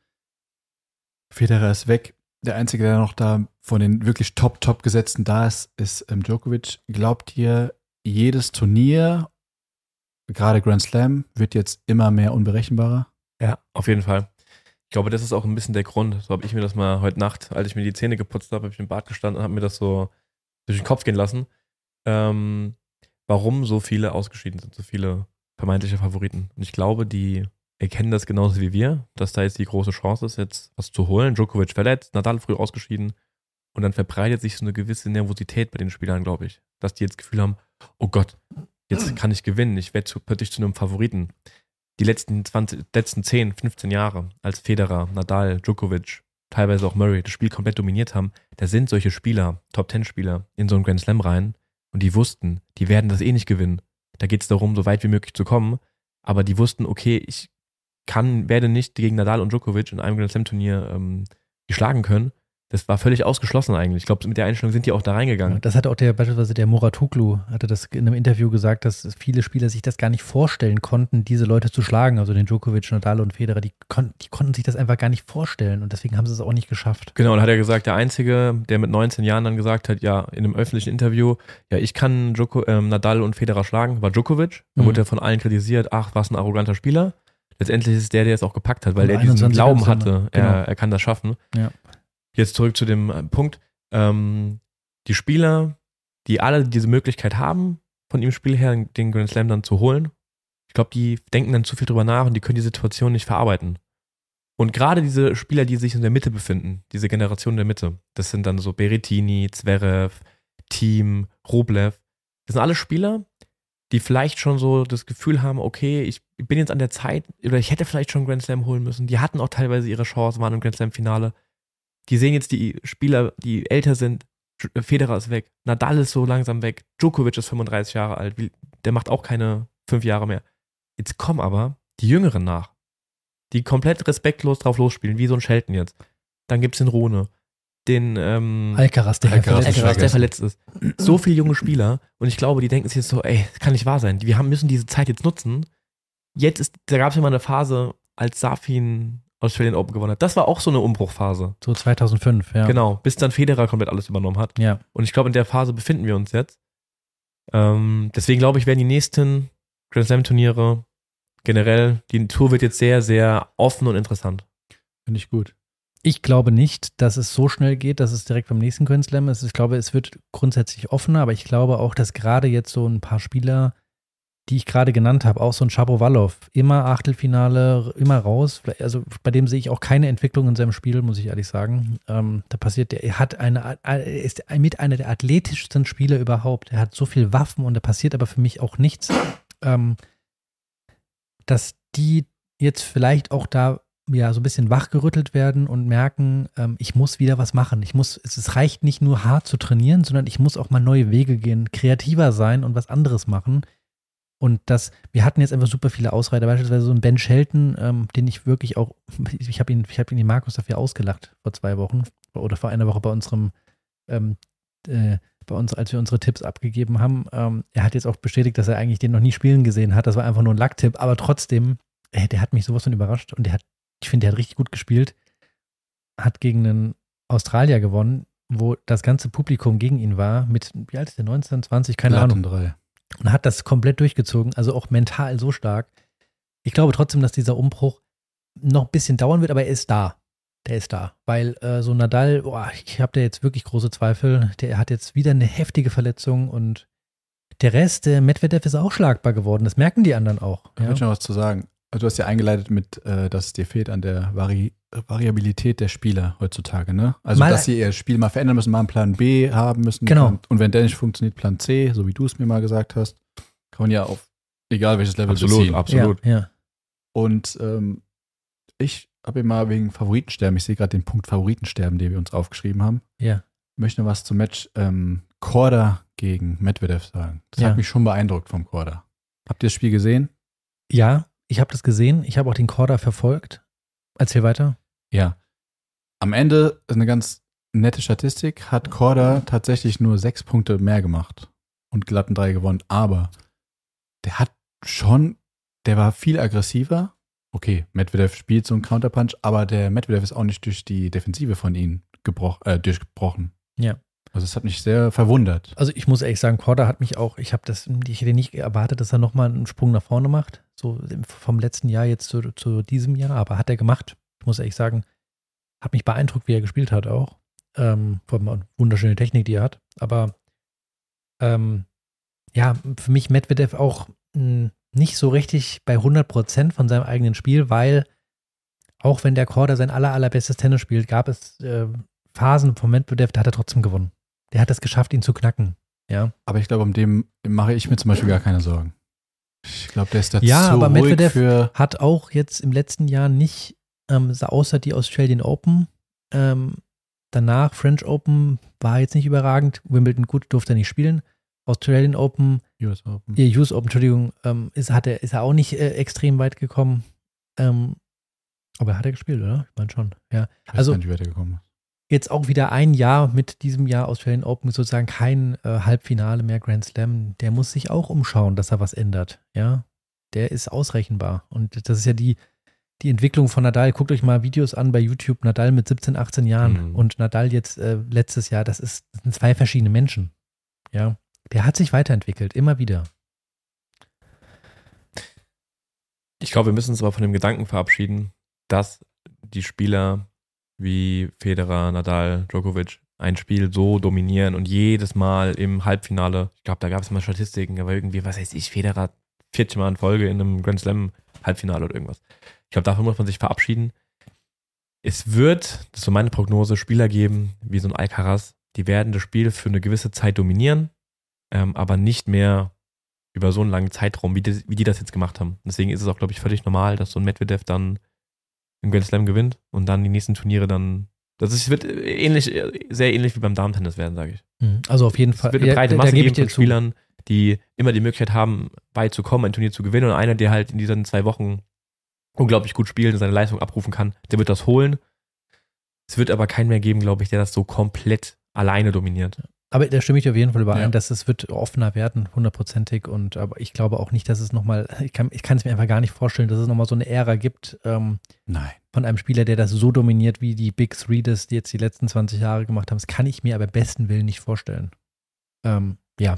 Speaker 3: Federer ist weg. Der Einzige, der noch da von den wirklich top, top Gesetzten da ist, ist ähm, Djokovic. Glaubt ihr, jedes Turnier, gerade Grand Slam, wird jetzt immer mehr unberechenbarer?
Speaker 2: Ja, auf jeden Fall. Ich glaube, das ist auch ein bisschen der Grund. So habe ich mir das mal heute Nacht, als ich mir die Zähne geputzt habe, habe ich im Bad gestanden und habe mir das so durch den Kopf gehen lassen. Ähm, warum so viele ausgeschieden sind, so viele vermeintliche Favoriten. Und ich glaube, die erkennen das genauso wie wir, dass da jetzt die große Chance ist, jetzt was zu holen. Djokovic verletzt, Nadal früh ausgeschieden. Und dann verbreitet sich so eine gewisse Nervosität bei den Spielern, glaube ich. Dass die jetzt das Gefühl haben, oh Gott, jetzt kann ich gewinnen, ich werde zu, plötzlich zu einem Favoriten. Die letzten zwanzig, letzten zehn, fünfzehn Jahre, als Federer, Nadal, Djokovic, teilweise auch Murray, das Spiel komplett dominiert haben, da sind solche Spieler, Top-Ten-Spieler, in so einen Grand Slam rein und die wussten, die werden das eh nicht gewinnen. Da geht es darum, so weit wie möglich zu kommen, aber die wussten, okay, ich kann, werde nicht gegen Nadal und Djokovic in einem Grand Slam-Turnier ähm, die schlagen können. Das war völlig ausgeschlossen eigentlich. Ich glaube, mit der Einstellung sind die auch da reingegangen.
Speaker 1: Das hat auch der, beispielsweise der Muratoglu, hatte das in einem Interview gesagt, dass viele Spieler sich das gar nicht vorstellen konnten, diese Leute zu schlagen. Also den Djokovic, Nadal und Federer, die, kon- die konnten sich das einfach gar nicht vorstellen und deswegen haben sie es auch nicht geschafft.
Speaker 2: Genau, und hat er gesagt, der Einzige, der mit neunzehn Jahren dann gesagt hat, ja, in einem öffentlichen Interview, ja, ich kann Djoko, ähm, Nadal und Federer schlagen, war Djokovic. Da
Speaker 1: Mhm.
Speaker 2: wurde er von allen kritisiert, ach, was ein arroganter Spieler. Letztendlich ist es der, der es auch gepackt hat, weil
Speaker 1: Und
Speaker 2: er diesen
Speaker 1: einundzwanzig
Speaker 2: Glauben
Speaker 1: Grand Slam,
Speaker 2: hatte,
Speaker 1: genau.
Speaker 2: er, er kann das schaffen.
Speaker 1: Ja.
Speaker 2: Jetzt zurück zu dem äh, Punkt. Ähm, die Spieler, die alle diese Möglichkeit haben, von ihrem Spiel her den Grand Slam dann zu holen, ich glaube, die denken dann zu viel drüber nach und die können die Situation nicht verarbeiten. Und gerade diese Spieler, die sich in der Mitte befinden, diese Generation der Mitte, das sind dann so Berrettini, Zverev, Thiem, Rublev, das sind alle Spieler, die vielleicht schon so das Gefühl haben, okay, ich ich bin jetzt an der Zeit, oder ich hätte vielleicht schon Grand Slam holen müssen. Die hatten auch teilweise ihre Chance, waren im Grand Slam-Finale. Die sehen jetzt die Spieler, die älter sind. Federer ist weg, Nadal ist so langsam weg, Djokovic ist fünfunddreißig Jahre alt, der macht auch keine fünf Jahre mehr. Jetzt kommen aber die Jüngeren nach, die komplett respektlos drauf losspielen, wie so ein Shelton jetzt. Dann gibt es den Rune, den ähm,
Speaker 1: Alcaraz, der,
Speaker 2: Alcaraz,
Speaker 1: verletzt,
Speaker 2: Alcaraz, der verletzt ist. So viele junge Spieler und ich glaube, die denken sich jetzt so, ey, das kann nicht wahr sein. Wir haben, müssen diese Zeit jetzt nutzen. Jetzt ist, da gab es ja mal eine Phase, als Safin Australian Open gewonnen hat. Das war auch so eine Umbruchphase.
Speaker 1: So zweitausendfünf, ja.
Speaker 2: Genau, bis dann Federer komplett alles übernommen hat.
Speaker 1: Ja.
Speaker 2: Und ich glaube, in der Phase befinden wir uns jetzt. Ähm, deswegen glaube ich, werden die nächsten Grand Slam Turniere generell, die Tour wird jetzt sehr, sehr offen und interessant.
Speaker 3: Finde ich gut.
Speaker 1: Ich glaube nicht, dass es so schnell geht, dass es direkt beim nächsten Grand Slam ist. Ich glaube, es wird grundsätzlich offener, aber ich glaube auch, dass gerade jetzt so ein paar Spieler, die ich gerade genannt habe, auch so ein Shapovalov, immer Achtelfinale, immer raus. Also bei dem sehe ich auch keine Entwicklung in seinem Spiel, muss ich ehrlich sagen. Ähm, da passiert, er hat eine, er ist mit einer der athletischsten Spieler überhaupt. Er hat so viel Waffen und da passiert aber für mich auch nichts. Ähm, dass die jetzt vielleicht auch da ja so ein bisschen wachgerüttelt werden und merken, ähm, ich muss wieder was machen. Ich muss, es, es reicht nicht nur hart zu trainieren, sondern ich muss auch mal neue Wege gehen, kreativer sein und was anderes machen. Und das, wir hatten jetzt einfach super viele Ausreiter, beispielsweise so ein Ben Shelton, ähm, den ich wirklich auch, ich habe ihn, ich habe ihn den Markus dafür ausgelacht vor zwei Wochen oder vor einer Woche bei unserem, ähm, äh, bei uns, als wir unsere Tipps abgegeben haben. Ähm, er hat jetzt auch bestätigt, dass er eigentlich den noch nie spielen gesehen hat. Das war einfach nur ein Lacktipp, aber trotzdem, äh, der hat mich sowas von überrascht und der hat, ich finde, der hat richtig gut gespielt, hat gegen einen Australier gewonnen, wo das ganze Publikum gegen ihn war, mit, wie alt ist der, neunzehn, zwanzig, keine
Speaker 3: Ahnung.
Speaker 1: Ahnung.
Speaker 3: Drei.
Speaker 1: Und hat das komplett durchgezogen, also auch mental so stark. Ich glaube trotzdem, dass dieser Umbruch noch ein bisschen dauern wird, aber er ist da. Der ist da, weil äh, so Nadal, boah, ich habe da jetzt wirklich große Zweifel. Der hat jetzt wieder eine heftige Verletzung und der Rest, der Medvedev ist auch schlagbar geworden. Das merken die anderen auch.
Speaker 3: Ich
Speaker 1: Ja?
Speaker 3: will schon was zu sagen. Du hast ja eingeleitet mit, äh, dass es dir fehlt an der Vari- Variabilität der Spieler heutzutage, ne? Also,
Speaker 1: Mal-
Speaker 3: dass sie ihr Spiel mal verändern müssen, mal einen Plan B haben müssen.
Speaker 1: Genau.
Speaker 3: Und, und wenn der nicht funktioniert, Plan C, so wie du es mir mal gesagt hast, kann man ja auf egal welches Level
Speaker 2: Absolut,
Speaker 3: beziehen.
Speaker 2: absolut.
Speaker 1: Ja, ja.
Speaker 3: Und ähm, ich habe immer wegen Favoritensterben, ich sehe gerade den Punkt Favoritensterben, den wir uns aufgeschrieben haben,
Speaker 1: ja.
Speaker 3: möchte noch was zum Match ähm, Korda gegen Medvedev sagen. Das
Speaker 1: Ja.
Speaker 3: hat mich schon beeindruckt vom Korda. Habt ihr das Spiel gesehen?
Speaker 1: Ja, ich habe das gesehen. Ich habe auch den Korda verfolgt. Erzähl weiter.
Speaker 3: Ja. Am Ende, eine ganz nette Statistik, hat Korda tatsächlich nur sechs Punkte mehr gemacht und glatten drei gewonnen. Aber der hat schon, der war viel aggressiver. Okay, Medvedev spielt so einen Counterpunch, aber der Medvedev ist auch nicht durch die Defensive von ihm gebroch, äh, durchgebrochen.
Speaker 1: Ja.
Speaker 3: Also es hat mich sehr verwundert.
Speaker 1: Also ich muss ehrlich sagen, Korda hat mich auch, ich habe das, ich hätte nicht erwartet, dass er nochmal einen Sprung nach vorne macht. So vom letzten Jahr jetzt zu, zu diesem Jahr, aber hat er gemacht. Ich muss ehrlich sagen, hat mich beeindruckt, wie er gespielt hat auch. Ähm, vor allem eine wunderschöne Technik, die er hat. Aber ähm, ja, für mich Medvedev auch mh, nicht so richtig bei hundert Prozent von seinem eigenen Spiel, weil auch wenn der Korda sein aller, allerbestes Tennis spielt, gab es äh, Phasen von Medvedev, da hat er trotzdem gewonnen. Der hat es geschafft, ihn zu knacken. Ja,
Speaker 3: Aber ich glaube, um dem mache ich mir zum Beispiel gar keine Sorgen. Ich glaube, der ist da
Speaker 1: Ja,
Speaker 3: zu
Speaker 1: aber
Speaker 3: ruhig
Speaker 1: Medvedev
Speaker 3: für.
Speaker 1: hat auch jetzt im letzten Jahr nicht, ähm, außer die Australian Open, ähm, danach French Open war jetzt nicht überragend. Wimbledon gut, durfte er nicht spielen. Australian Open,
Speaker 3: U S Open.
Speaker 1: äh, U S Open, Entschuldigung, ähm, ist, hat er, ist er auch nicht äh, extrem weit gekommen. Ähm, aber hat er gespielt, oder? Ich meine schon, ja.
Speaker 3: Ich weiß
Speaker 1: Also
Speaker 3: gar nicht, wie weit er gekommen ist.
Speaker 1: jetzt auch wieder ein Jahr mit diesem Jahr Australian Open sozusagen kein äh, Halbfinale mehr Grand Slam. Der muss sich auch umschauen, dass er was ändert. Ja, der ist ausrechenbar. Und das ist ja die, die Entwicklung von Nadal. Guckt euch mal Videos an bei YouTube. Nadal mit siebzehn, achtzehn Jahren
Speaker 2: Mhm.
Speaker 1: und Nadal jetzt äh, letztes Jahr. Das, ist, das sind zwei verschiedene Menschen. Ja, der hat sich weiterentwickelt, immer wieder.
Speaker 2: Ich glaube, wir müssen uns aber von dem Gedanken verabschieden, dass die Spieler wie Federer, Nadal, Djokovic ein Spiel so dominieren und jedes Mal im Halbfinale, ich glaube, da gab es mal Statistiken, aber irgendwie, was weiß ich, Federer vierzig Mal in Folge in einem Grand Slam Halbfinale oder irgendwas. Ich glaube, davon muss man sich verabschieden. Es wird, das ist so meine Prognose, Spieler geben, wie so ein Alcaraz, die werden das Spiel für eine gewisse Zeit dominieren, ähm, aber nicht mehr über so einen langen Zeitraum, wie die, wie die das jetzt gemacht haben. Deswegen ist es auch, glaube ich, völlig normal, dass so ein Medvedev dann im Grand Slam gewinnt und dann die nächsten Turniere dann, das ist, wird ähnlich, sehr ähnlich wie beim Damen-Tennis werden, sage ich.
Speaker 1: Also auf jeden Fall.
Speaker 2: Es wird eine breite
Speaker 1: ja,
Speaker 2: Masse
Speaker 1: da, da
Speaker 2: geben
Speaker 1: ich dir
Speaker 2: von
Speaker 1: zu.
Speaker 2: Spielern, die immer die Möglichkeit haben, weit zu kommen, ein Turnier zu gewinnen und einer, der halt in diesen zwei Wochen unglaublich gut spielt und seine Leistung abrufen kann, der wird das holen. Es wird aber keinen mehr geben, glaube ich, der das so komplett alleine dominiert.
Speaker 1: Aber da stimme ich auf jeden Fall überein,
Speaker 3: Ja.
Speaker 1: dass es wird offener werden, hundertprozentig. Und aber ich glaube auch nicht, dass es nochmal, ich kann, ich kann es mir einfach gar nicht vorstellen, dass es nochmal so eine Ära gibt ähm,
Speaker 3: Nein.
Speaker 1: von einem Spieler, der das so dominiert, wie die Big Three das die jetzt die letzten zwanzig Jahre gemacht haben. Das kann ich mir aber besten Willen nicht vorstellen. Ähm, ja.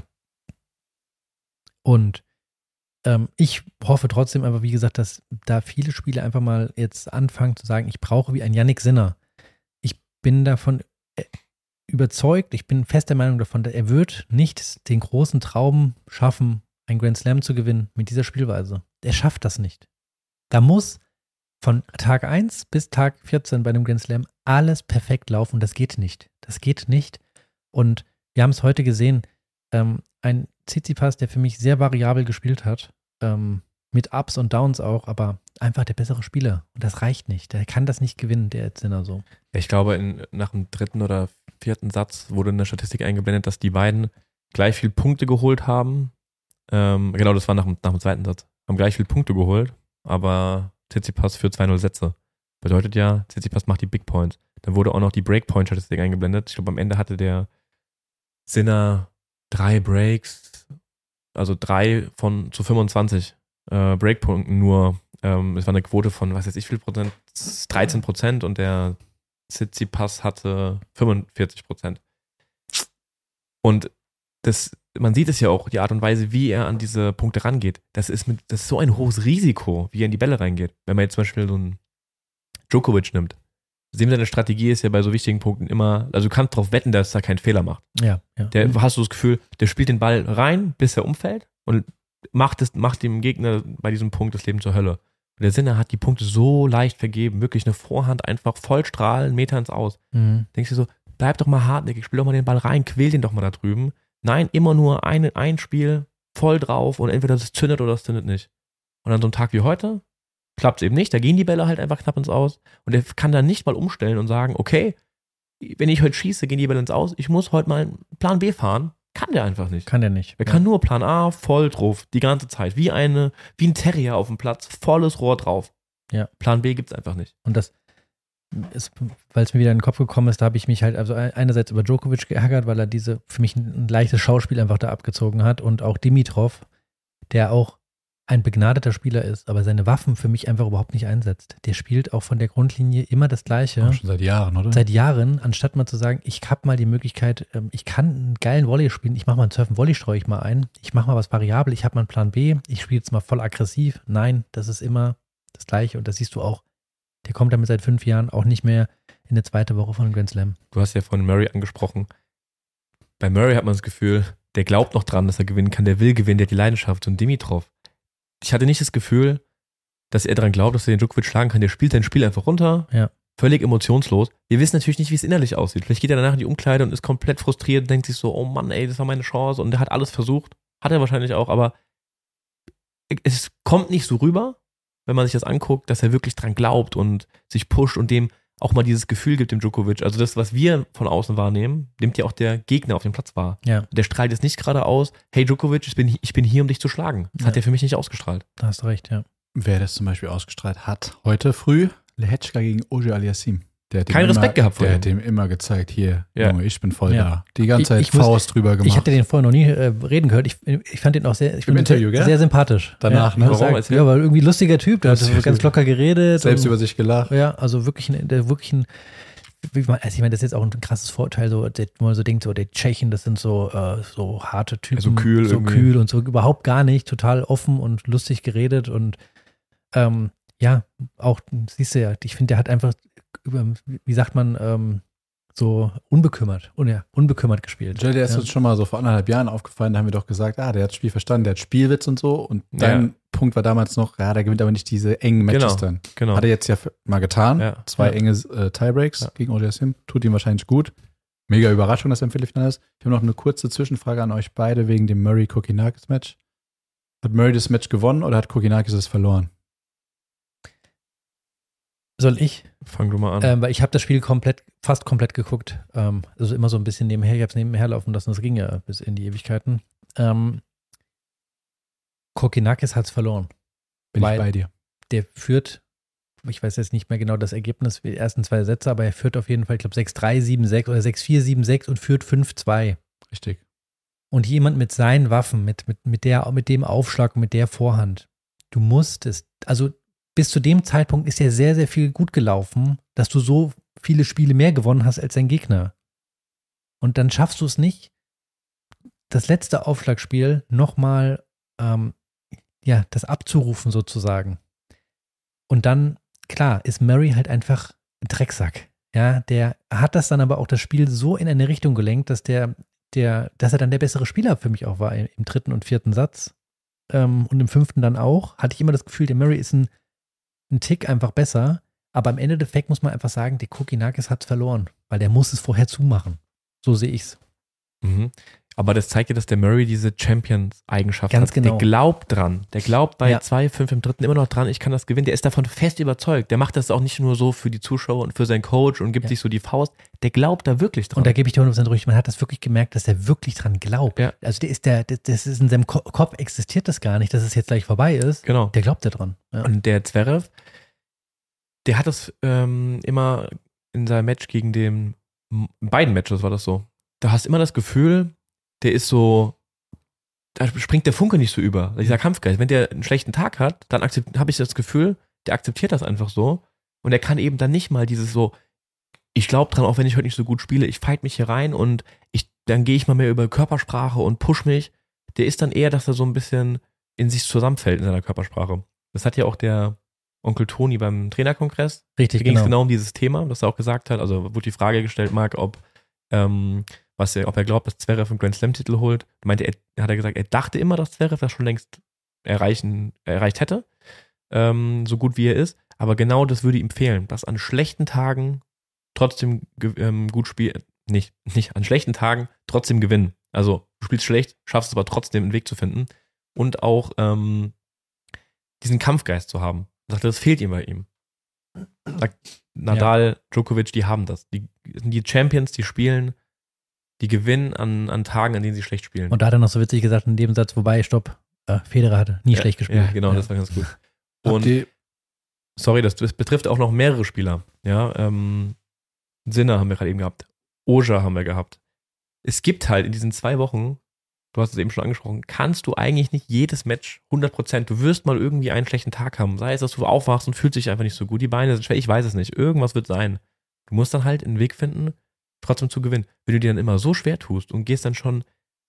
Speaker 1: Und ähm, ich hoffe trotzdem einfach, wie gesagt, dass da viele Spieler einfach mal jetzt anfangen zu sagen, ich brauche wie ein Yannick Sinner. Ich bin davon äh, überzeugt, ich bin fest der Meinung davon, er wird nicht den großen Traum schaffen, ein Grand Slam zu gewinnen mit dieser Spielweise. Er schafft das nicht. Da muss von Tag eins bis Tag vierzehn bei einem Grand Slam alles perfekt laufen. Das geht nicht. Das geht nicht. Und wir haben es heute gesehen, ähm, ein Tsitsipas, der für mich sehr variabel gespielt hat, ähm, mit Ups und Downs auch, aber einfach der bessere Spieler. Und das reicht nicht. Der kann das nicht gewinnen, der Sinner so.
Speaker 2: Ich glaube, in, nach dem dritten oder vierten Satz wurde eine Statistik eingeblendet, dass die beiden gleich viel Punkte geholt haben. Ähm, genau, das war nach dem, nach dem zweiten Satz. Haben gleich viel Punkte geholt, aber Tsitsipas für zwei null Sätze. Bedeutet ja, Tsitsipas macht die Big Points. Dann wurde auch noch die Breakpoint-Statistik eingeblendet. Ich glaube, am Ende hatte der Sinner drei Breaks, also drei von zu fünfundzwanzig äh, Breakpunkten nur. Ähm, es war eine Quote von, was weiß ich, viel Prozent, dreizehn Prozent und der Tsitsipas hatte fünfundvierzig Prozent. Und das, man sieht es ja auch, die Art und Weise, wie er an diese Punkte rangeht. Das ist, mit, das ist so ein hohes Risiko, wie er in die Bälle reingeht. Wenn man jetzt zum Beispiel so einen Djokovic nimmt. Sehen seine Strategie ist ja bei so wichtigen Punkten immer, also du kannst darauf wetten, dass er keinen Fehler macht.
Speaker 1: Ja, ja.
Speaker 2: Der, hast du das Gefühl, der spielt den Ball rein, bis er umfällt und macht, es, macht dem Gegner bei diesem Punkt das Leben zur Hölle. Und der Sinner hat die Punkte so leicht vergeben, wirklich eine Vorhand einfach voll strahlen, Meter ins Aus.
Speaker 1: Mhm.
Speaker 2: Denkst du so, bleib doch mal hartnäckig, spiel doch mal den Ball rein, quäl den doch mal da drüben. Nein, immer nur ein, ein Spiel, voll drauf und entweder das zündet oder das zündet nicht. Und an so einem Tag wie heute klappt es eben nicht, da gehen die Bälle halt einfach knapp ins Aus und er kann dann nicht mal umstellen und sagen, okay, wenn ich heute schieße, gehen die Bälle ins Aus, ich muss heute mal Plan B fahren. Kann der einfach nicht.
Speaker 1: Kann der nicht.
Speaker 2: Er kann nur Plan A voll drauf, die ganze Zeit, wie eine, wie ein Terrier auf dem Platz, volles Rohr drauf.
Speaker 1: Ja.
Speaker 2: Plan B gibt's einfach nicht.
Speaker 1: Und das ist, weil es mir wieder in den Kopf gekommen ist, da habe ich mich halt also einerseits über Djokovic geärgert, weil er diese für mich ein, ein leichtes Schauspiel einfach da abgezogen hat und auch Dimitrov, der auch ein begnadeter Spieler ist, aber seine Waffen für mich einfach überhaupt nicht einsetzt. Der spielt auch von der Grundlinie immer das Gleiche.
Speaker 3: Auch schon seit Jahren, oder?
Speaker 1: Seit Jahren, anstatt mal zu sagen, ich habe mal die Möglichkeit, ich kann einen geilen Volley spielen, ich mache mal einen Surfen-Volley, streue ich mal ein, ich mache mal was variabel, ich habe mal einen Plan B, ich spiele jetzt mal voll aggressiv. Nein, das ist immer das Gleiche und das siehst du auch. Der kommt damit seit fünf Jahren auch nicht mehr in der zweiten Woche von Grand Slam.
Speaker 2: Du hast ja von Murray angesprochen. Bei Murray hat man das Gefühl, der glaubt noch dran, dass er gewinnen kann, der will gewinnen, der hat die Leidenschaft. Und Dimitrov, ich hatte nicht das Gefühl, dass er daran glaubt, dass er den Djokovic schlagen kann. Der spielt sein Spiel einfach runter,
Speaker 1: ja.
Speaker 2: Völlig emotionslos. Wir wissen natürlich nicht, wie es innerlich aussieht. Vielleicht geht er danach in die Umkleide und ist komplett frustriert und denkt sich so, oh Mann, ey, das war meine Chance. Und der hat alles versucht. Hat er wahrscheinlich auch, aber es kommt nicht so rüber, wenn man sich das anguckt, dass er wirklich dran glaubt und sich pusht und dem auch mal dieses Gefühl gibt, dem Djokovic. Also das, was wir von außen wahrnehmen, nimmt ja auch der Gegner auf dem Platz wahr.
Speaker 1: Ja.
Speaker 2: Der strahlt jetzt nicht gerade aus, hey Djokovic, ich bin, ich bin hier, um dich zu schlagen. Das
Speaker 1: Ja.
Speaker 2: hat er für mich nicht ausgestrahlt.
Speaker 1: Da hast du recht, ja.
Speaker 3: Wer das zum Beispiel ausgestrahlt hat, heute früh, Lehečka gegen Oje Aliassim. Der hat ihm
Speaker 2: Kein
Speaker 3: immer,
Speaker 2: Respekt gehabt vor
Speaker 3: Der
Speaker 2: ihm.
Speaker 3: hat ihm immer gezeigt, hier,
Speaker 2: Ja.
Speaker 3: Junge, ich bin voll
Speaker 1: Ja.
Speaker 3: da. Die ganze Zeit
Speaker 1: Ich- ich muss-
Speaker 3: Faust drüber gemacht.
Speaker 1: Ich hatte den vorher noch nie äh, reden gehört. Ich, ich fand den auch sehr, ich
Speaker 3: Im
Speaker 1: bin
Speaker 3: Interview,
Speaker 1: sehr,
Speaker 3: gell?
Speaker 1: sehr sympathisch.
Speaker 3: Danach,
Speaker 1: ja,
Speaker 3: ne?
Speaker 1: ich muss
Speaker 2: Warum?
Speaker 1: sagen,
Speaker 2: Erzähl.
Speaker 1: ja, weil irgendwie ein lustiger Typ, der hat
Speaker 3: Das
Speaker 1: so
Speaker 3: ist-
Speaker 1: ganz locker geredet.
Speaker 3: Selbst
Speaker 1: und,
Speaker 3: über sich gelacht.
Speaker 1: Ja, also wirklich, ein, der wirklich ein, wie man, also ich meine, das ist jetzt auch ein krasses Vorteil, so, der, wo man so denkt, so, die Tschechen, das sind so, äh, so harte Typen.
Speaker 2: So kühl
Speaker 1: So
Speaker 2: irgendwie.
Speaker 1: kühl und so, überhaupt gar nicht, total offen und lustig geredet und, ähm, ja, auch, siehst du ja, ich finde, der hat einfach, über, wie sagt man, ähm, so unbekümmert, un, ja, unbekümmert gespielt.
Speaker 3: Jill, der ist
Speaker 1: ja.
Speaker 3: uns schon mal so vor anderthalb Jahren aufgefallen, da haben wir doch gesagt, ah, der hat das Spiel verstanden, der hat Spielwitz und so. Und dein
Speaker 2: Ja.
Speaker 3: Punkt war damals noch, ja, der gewinnt aber nicht diese engen Matches
Speaker 2: Genau.
Speaker 3: dann.
Speaker 2: Genau.
Speaker 3: Hat er jetzt ja f- mal getan.
Speaker 2: Ja.
Speaker 3: Zwei
Speaker 2: Ja.
Speaker 3: enge äh, Tiebreaks
Speaker 2: Ja.
Speaker 3: gegen Oje Aliassim. Tut ihm wahrscheinlich gut. Mega Überraschung, dass er im Viertelfinale ist. Ich habe noch eine kurze Zwischenfrage an euch beide wegen dem Murray-Kokkinakis-Match. Hat Murray das Match gewonnen oder hat Kokinakis es verloren?
Speaker 1: Soll ich?
Speaker 2: Fang du mal an.
Speaker 1: Ähm, weil ich habe das Spiel komplett, fast komplett geguckt. Ähm, also immer so ein bisschen nebenher. Ich habe es nebenher laufen lassen. Das ging ja bis in die Ewigkeiten. Ähm, Kokinakis hat es verloren.
Speaker 3: Bin
Speaker 1: weil
Speaker 3: ich bei dir.
Speaker 1: Der führt, ich weiß jetzt nicht mehr genau das Ergebnis, die ersten zwei Sätze, aber er führt auf jeden Fall, ich glaube, sechs drei, sieben sechs oder sechs vier, sieben sechs und führt fünf zwei.
Speaker 3: Richtig.
Speaker 1: Und jemand mit seinen Waffen, mit, mit, mit, der, mit dem Aufschlag und mit der Vorhand, du musstest, also bis zu dem Zeitpunkt ist ja sehr, sehr viel gut gelaufen, dass du so viele Spiele mehr gewonnen hast als dein Gegner. Und dann schaffst du es nicht, das letzte Aufschlagspiel nochmal, ähm, ja, das abzurufen sozusagen. Und dann, klar, ist Murray halt einfach ein Drecksack. Ja, der hat das dann aber auch das Spiel so in eine Richtung gelenkt, dass der, der, dass er dann der bessere Spieler für mich auch war im dritten und vierten Satz. Ähm, und im fünften dann auch. Hatte ich immer das Gefühl, der Murray ist ein ein Tick einfach besser, aber am Ende der Fact muss man einfach sagen, der Kokinakis hat es verloren, weil der muss es vorher zumachen. So sehe ich's.
Speaker 2: Mhm. Aber das zeigt ja, dass der Murray diese Champions-Eigenschaft
Speaker 1: Ganz
Speaker 2: hat.
Speaker 1: genau.
Speaker 2: Der glaubt dran. Der glaubt bei
Speaker 1: Ja.
Speaker 2: zwei fünf im dritten immer noch dran, ich kann das gewinnen. Der ist davon fest überzeugt. Der macht das auch nicht nur so für die Zuschauer und für seinen Coach und gibt
Speaker 1: Ja.
Speaker 2: sich so die Faust. Der glaubt da wirklich dran.
Speaker 1: Und da gebe ich dir hundert Prozent recht, man hat das wirklich gemerkt, dass er wirklich dran glaubt.
Speaker 2: Ja.
Speaker 1: Also der ist der, das das ist in seinem Ko- Kopf existiert das gar nicht, dass es jetzt gleich vorbei ist.
Speaker 2: Genau.
Speaker 1: Der glaubt da dran. Ja.
Speaker 2: Und der Zverev, der hat das ähm, immer in seinem Match gegen den, in beiden Matches war das so. Da hast du immer das Gefühl, der ist so, da springt der Funke nicht so über, dieser Kampfgeist. Wenn der einen schlechten Tag hat, dann habe ich das Gefühl, der akzeptiert das einfach so und er kann eben dann nicht mal dieses so, ich glaube dran, auch wenn ich heute nicht so gut spiele, ich fight mich hier rein und ich, dann gehe ich mal mehr über Körpersprache und push mich. Der ist dann eher, dass er so ein bisschen in sich zusammenfällt in seiner Körpersprache. Das hat ja auch der Onkel Toni beim Trainerkongress.
Speaker 1: Richtig,
Speaker 2: Da ging es
Speaker 1: genau.
Speaker 2: genau um dieses Thema, das er auch gesagt hat. Also wurde die Frage gestellt, Marc, ob, ähm, was er, ob er glaubt, dass Zverev einen Grand Slam-Titel holt. Da meinte er, hat er gesagt, er dachte immer, dass Zverev das schon längst erreichen, erreicht hätte, ähm, so gut wie er ist. Aber genau das würde ihm fehlen, dass an schlechten Tagen trotzdem ge- ähm, gut spielen, nicht, nicht an schlechten Tagen trotzdem gewinnen. Also du spielst schlecht, schaffst es aber trotzdem einen Weg zu finden und auch ähm, diesen Kampfgeist zu haben. Er sagte, das fehlt ihm bei ihm. Sagt Nadal, Djokovic, die haben das. Die sind die Champions, die spielen, die gewinnen an, an Tagen, an denen sie schlecht spielen.
Speaker 1: Und da hat er noch so witzig gesagt in dem Satz, wobei, stopp, äh, Federer hatte nie
Speaker 2: ja,
Speaker 1: schlecht gespielt.
Speaker 2: Ja, genau, das war ganz gut.
Speaker 3: Habt
Speaker 2: Und
Speaker 3: ihr,
Speaker 2: sorry, das, das betrifft auch noch mehrere Spieler. Ja, ähm, Sinner haben wir gerade eben gehabt. Oja haben wir gehabt. Es gibt halt in diesen zwei Wochen, du hast es eben schon angesprochen, kannst du eigentlich nicht jedes Match hundert Prozent. Du wirst mal irgendwie einen schlechten Tag haben. Sei es, dass du aufwachst und fühlst dich einfach nicht so gut. Die Beine sind schwer, ich weiß es nicht. Irgendwas wird sein. Du musst dann halt einen Weg finden, trotzdem zu gewinnen. Wenn du dir dann immer so schwer tust und gehst dann schon,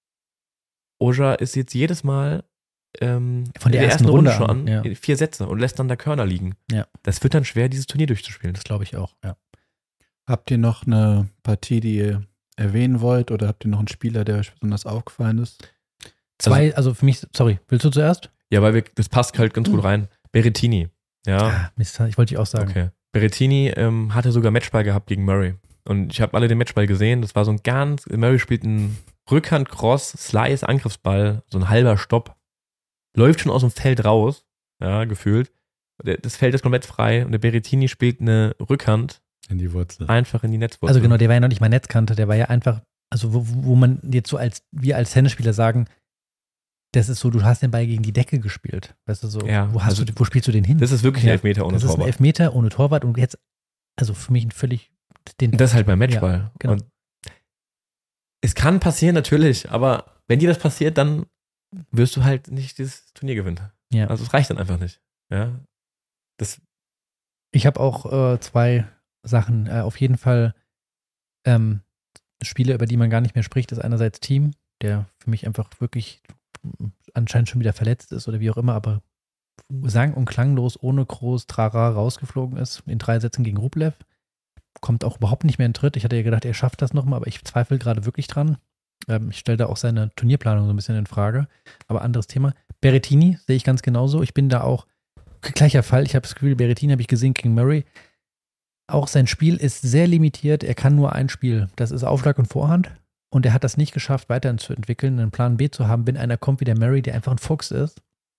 Speaker 2: Oja ist jetzt jedes Mal ähm,
Speaker 1: Von der
Speaker 2: in
Speaker 1: ersten Runde
Speaker 2: schon
Speaker 1: an,
Speaker 2: an,
Speaker 1: ja.
Speaker 2: vier Sätze und lässt dann da Körner liegen.
Speaker 1: Ja.
Speaker 2: Das wird dann schwer, dieses Turnier durchzuspielen.
Speaker 1: Das glaube ich auch, ja.
Speaker 3: habt ihr noch eine Partie, die ihr erwähnen wollt oder habt ihr noch einen Spieler, der euch besonders aufgefallen ist?
Speaker 1: Zwei, also für mich, sorry, willst du zuerst?
Speaker 2: Ja, weil wir, das passt halt ganz gut rein. Berrettini. Ja,
Speaker 1: Ah, Mist, ich wollte dich auch sagen.
Speaker 2: okay. Berrettini ähm, hatte sogar Matchball gehabt gegen Murray. Und ich habe alle den Matchball gesehen. Das war so ein ganz, Murray spielt einen Rückhand-Cross, Slice, Angriffsball, so ein halber Stopp. Läuft schon aus dem Feld raus, ja, gefühlt. Der- Das Feld ist komplett frei und der Berrettini spielt eine Rückhand
Speaker 3: In die Wurzel.
Speaker 2: einfach in die Netzwurzel.
Speaker 1: Also genau, der war ja noch nicht mal Netzkante, der war ja einfach, also wo, wo man jetzt so als, wir als Tennisspieler sagen, das ist so, du hast den Ball gegen die Decke gespielt. Weißt du so,
Speaker 2: Ja,
Speaker 1: wo, hast
Speaker 2: also
Speaker 1: du, wo spielst du den hin?
Speaker 2: Das ist wirklich ein
Speaker 1: Ja,
Speaker 2: Elfmeter ohne
Speaker 1: das ist ein
Speaker 2: Torwart.
Speaker 1: Elfmeter ohne Torwart und jetzt, also für mich ein völlig, den,
Speaker 2: Das ist halt beim Matchball.
Speaker 1: Ja, genau.
Speaker 2: Und es kann passieren, natürlich, aber wenn dir das passiert, dann wirst du halt nicht dieses Turnier gewinnen.
Speaker 1: Ja.
Speaker 2: Also es reicht dann einfach nicht. Ja. Das,
Speaker 1: Ich habe auch äh, zwei Sachen. Äh, auf jeden Fall ähm, Spiele, über die man gar nicht mehr spricht, ist einerseits Team, der für mich einfach wirklich anscheinend schon wieder verletzt ist oder wie auch immer, aber sang- und klanglos, ohne groß Trara rausgeflogen ist, in drei Sätzen gegen Rublev. Kommt auch überhaupt nicht mehr in Tritt. Ich hatte ja gedacht, er schafft das nochmal, aber ich zweifle gerade wirklich dran. Ähm, ich stelle da auch seine Turnierplanung so ein bisschen in Frage. Aber anderes Thema. Berrettini sehe ich ganz genauso. Ich bin da auch gleicher Fall. Ich habe das Gefühl, Berrettini habe ich gesehen gegen Murray. Auch sein Spiel ist sehr limitiert. Er kann nur ein Spiel. Das ist Aufschlag und Vorhand. Und er hat das nicht geschafft, weiterhin zu entwickeln, einen Plan B zu haben, wenn einer kommt wie der Murray, der einfach ein Fuchs ist.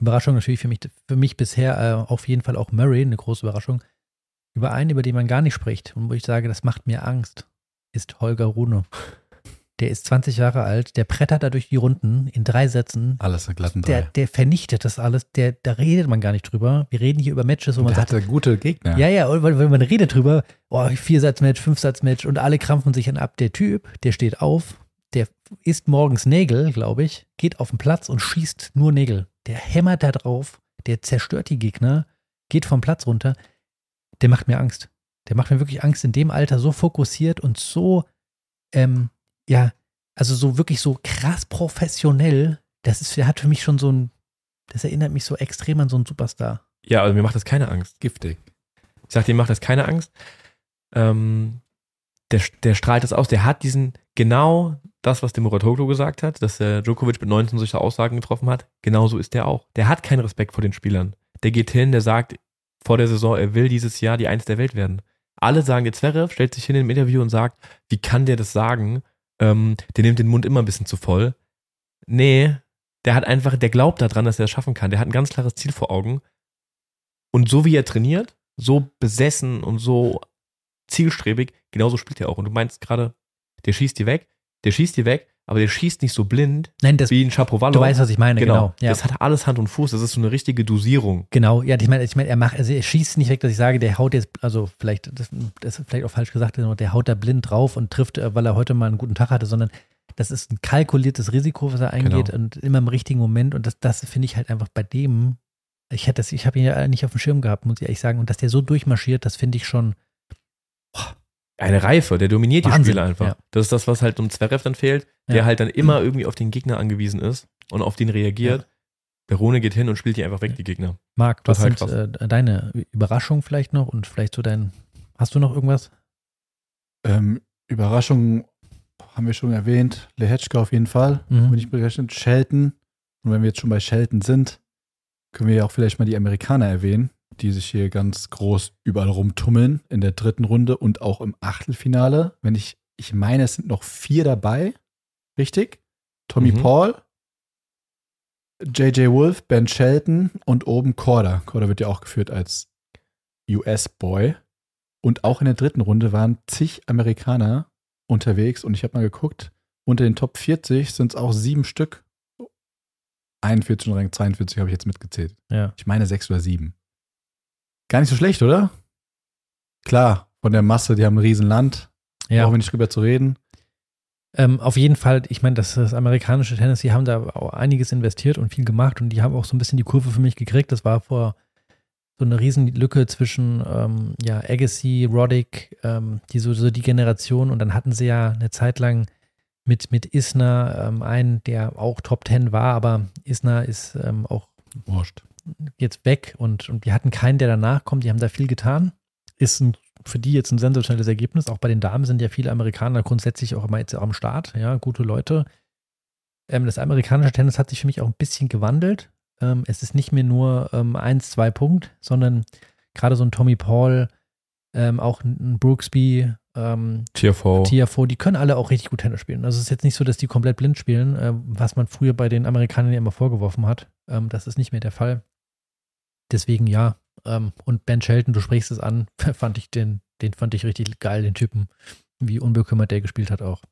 Speaker 1: Überraschung natürlich für mich, für mich bisher äh, auf jeden Fall auch Murray, eine große Überraschung. Über einen, über den man gar nicht spricht und wo ich sage, das macht mir Angst, ist Holger Rune. Der ist zwanzig Jahre alt, der brettert da durch die Runden in drei Sätzen.
Speaker 3: Alles in glatten
Speaker 1: Der,
Speaker 3: drei.
Speaker 1: der vernichtet das alles, der, da redet man gar nicht drüber. Wir reden hier über Matches, wo man
Speaker 3: Der
Speaker 1: sagt,
Speaker 3: hatte gute Gegner.
Speaker 1: ja, ja, weil, weil man redet drüber, oh, Viersatzmatch, Fünfsatzmatch und alle krampfen sich dann ab. Der Typ, der steht auf, der isst morgens Nägel, glaube ich, geht auf den Platz und schießt nur Nägel. Der hämmert da drauf, der zerstört die Gegner, geht vom Platz runter. Der macht mir Angst. Der macht mir wirklich Angst in dem Alter, so fokussiert und so, ähm, ja, also so wirklich so krass professionell. Das ist, der hat für mich schon so ein, das erinnert mich so extrem an so einen Superstar.
Speaker 2: Ja, also mir macht das keine Angst.
Speaker 3: Giftig.
Speaker 2: Ich sag dir, macht das keine Angst. Ähm, der, der strahlt das aus. Der hat diesen, genau das, was der Muratoglu gesagt hat, dass der Djokovic mit neunzehn solche Aussagen getroffen hat, genauso ist der auch. Der hat keinen Respekt vor den Spielern. Der geht hin, der sagt vor der Saison, er will dieses Jahr die Eins der Welt werden. Alle sagen, der Zverev stellt sich hin im Interview und sagt, wie kann der das sagen? Ähm, der nimmt den Mund immer ein bisschen zu voll. Nee, der hat einfach, der glaubt daran, dass er es schaffen kann. Der hat ein ganz klares Ziel vor Augen. Und so wie er trainiert, so besessen und so zielstrebig, genauso spielt er auch. Und du meinst gerade, der schießt die weg, der schießt die weg, aber der schießt nicht so blind
Speaker 1: Nein, das,
Speaker 2: wie ein Shapovalov.
Speaker 1: du weißt, was ich meine, genau.
Speaker 2: Genau,
Speaker 1: Ja.
Speaker 2: das hat alles Hand und Fuß, das ist so eine richtige Dosierung.
Speaker 1: Genau, ja, ich meine, ich meine, er macht, also er schießt nicht weg, dass ich sage, der haut jetzt, also vielleicht, das, das ist vielleicht auch falsch gesagt, der haut da blind drauf und trifft, weil er heute mal einen guten Tag hatte, sondern das ist ein kalkuliertes Risiko, was er eingeht
Speaker 2: Genau.
Speaker 1: und immer im richtigen Moment und das, das finde ich halt einfach bei dem, ich hätte das, ich habe ihn ja nicht auf dem Schirm gehabt, muss ich ehrlich sagen, und dass der so durchmarschiert, das finde ich schon,
Speaker 2: Eine Reife, der dominiert
Speaker 1: Wahnsinn,
Speaker 2: die Spiele einfach.
Speaker 1: ja.
Speaker 2: Das ist das, was halt um Zverev dann fehlt, der
Speaker 1: Ja.
Speaker 2: halt dann immer irgendwie auf den Gegner angewiesen ist und auf den reagiert. Der Rune geht hin und spielt die einfach weg, die Gegner.
Speaker 1: Marc, was
Speaker 2: Total
Speaker 1: sind äh, deine Überraschungen vielleicht noch und vielleicht so dein, hast du noch irgendwas?
Speaker 3: Ähm, Überraschung haben wir schon erwähnt. Lehečka auf jeden Fall.
Speaker 1: Mhm.
Speaker 3: Bin ich berechnet. Shelton. Und wenn wir jetzt schon bei Shelton sind, können wir ja auch vielleicht mal die Amerikaner erwähnen, die sich hier ganz groß überall rumtummeln in der dritten Runde und auch im Achtelfinale. Wenn ich, ich meine, es sind noch vier dabei. Richtig? Tommy
Speaker 2: Mhm.
Speaker 3: Paul, J J Wolf, Ben Shelton und oben Korda. Korda wird ja auch geführt als U S-Boy. Und auch in der dritten Runde waren zig Amerikaner unterwegs und ich habe mal geguckt, unter den Top vierzig sind es auch sieben Stück. einundvierzig und Rang zweiundvierzig habe ich jetzt mitgezählt.
Speaker 1: Ja.
Speaker 3: Ich meine sechs oder sieben. Gar nicht so schlecht, oder? Klar, von der Masse, die haben ein Riesenland.
Speaker 1: Ja.
Speaker 3: Brauchen wir nicht drüber zu reden.
Speaker 1: Ähm, auf jeden Fall, ich meine, das, das amerikanische Tennis, die haben da auch einiges investiert und viel gemacht und die haben auch so ein bisschen die Kurve für mich gekriegt. Das war vor so eine Riesenlücke zwischen ähm, ja, Agassi, Roddick, ähm, die so, so die Generation und dann hatten sie ja eine Zeit lang mit, mit Isner ähm, einen, der auch Top Ten war, aber Isner ist ähm, auch
Speaker 3: Wurscht.
Speaker 1: jetzt weg und, und die hatten keinen, der danach kommt. Die haben da viel getan. Ist ein, für die jetzt ein sensationelles Ergebnis. Auch bei den Damen sind ja viele Amerikaner grundsätzlich auch immer jetzt am Start. Ja, gute Leute. Ähm, das amerikanische Tennis hat sich für mich auch ein bisschen gewandelt. Ähm, es ist nicht mehr nur ähm, eins, zwei Punkt, sondern gerade so ein Tommy Paul, ähm, auch ein Brooksby, ähm,
Speaker 2: Tiafoe.
Speaker 1: Tiafoe, die können alle auch richtig gut Tennis spielen. Also es ist jetzt nicht so, dass die komplett blind spielen, äh, was man früher bei den Amerikanern ja immer vorgeworfen hat. Ähm, das ist nicht mehr der Fall. Deswegen ja. Ähm, und Ben Shelton, du sprichst es an, fand ich den, den fand ich richtig geil, den Typen, wie unbekümmert der gespielt hat auch.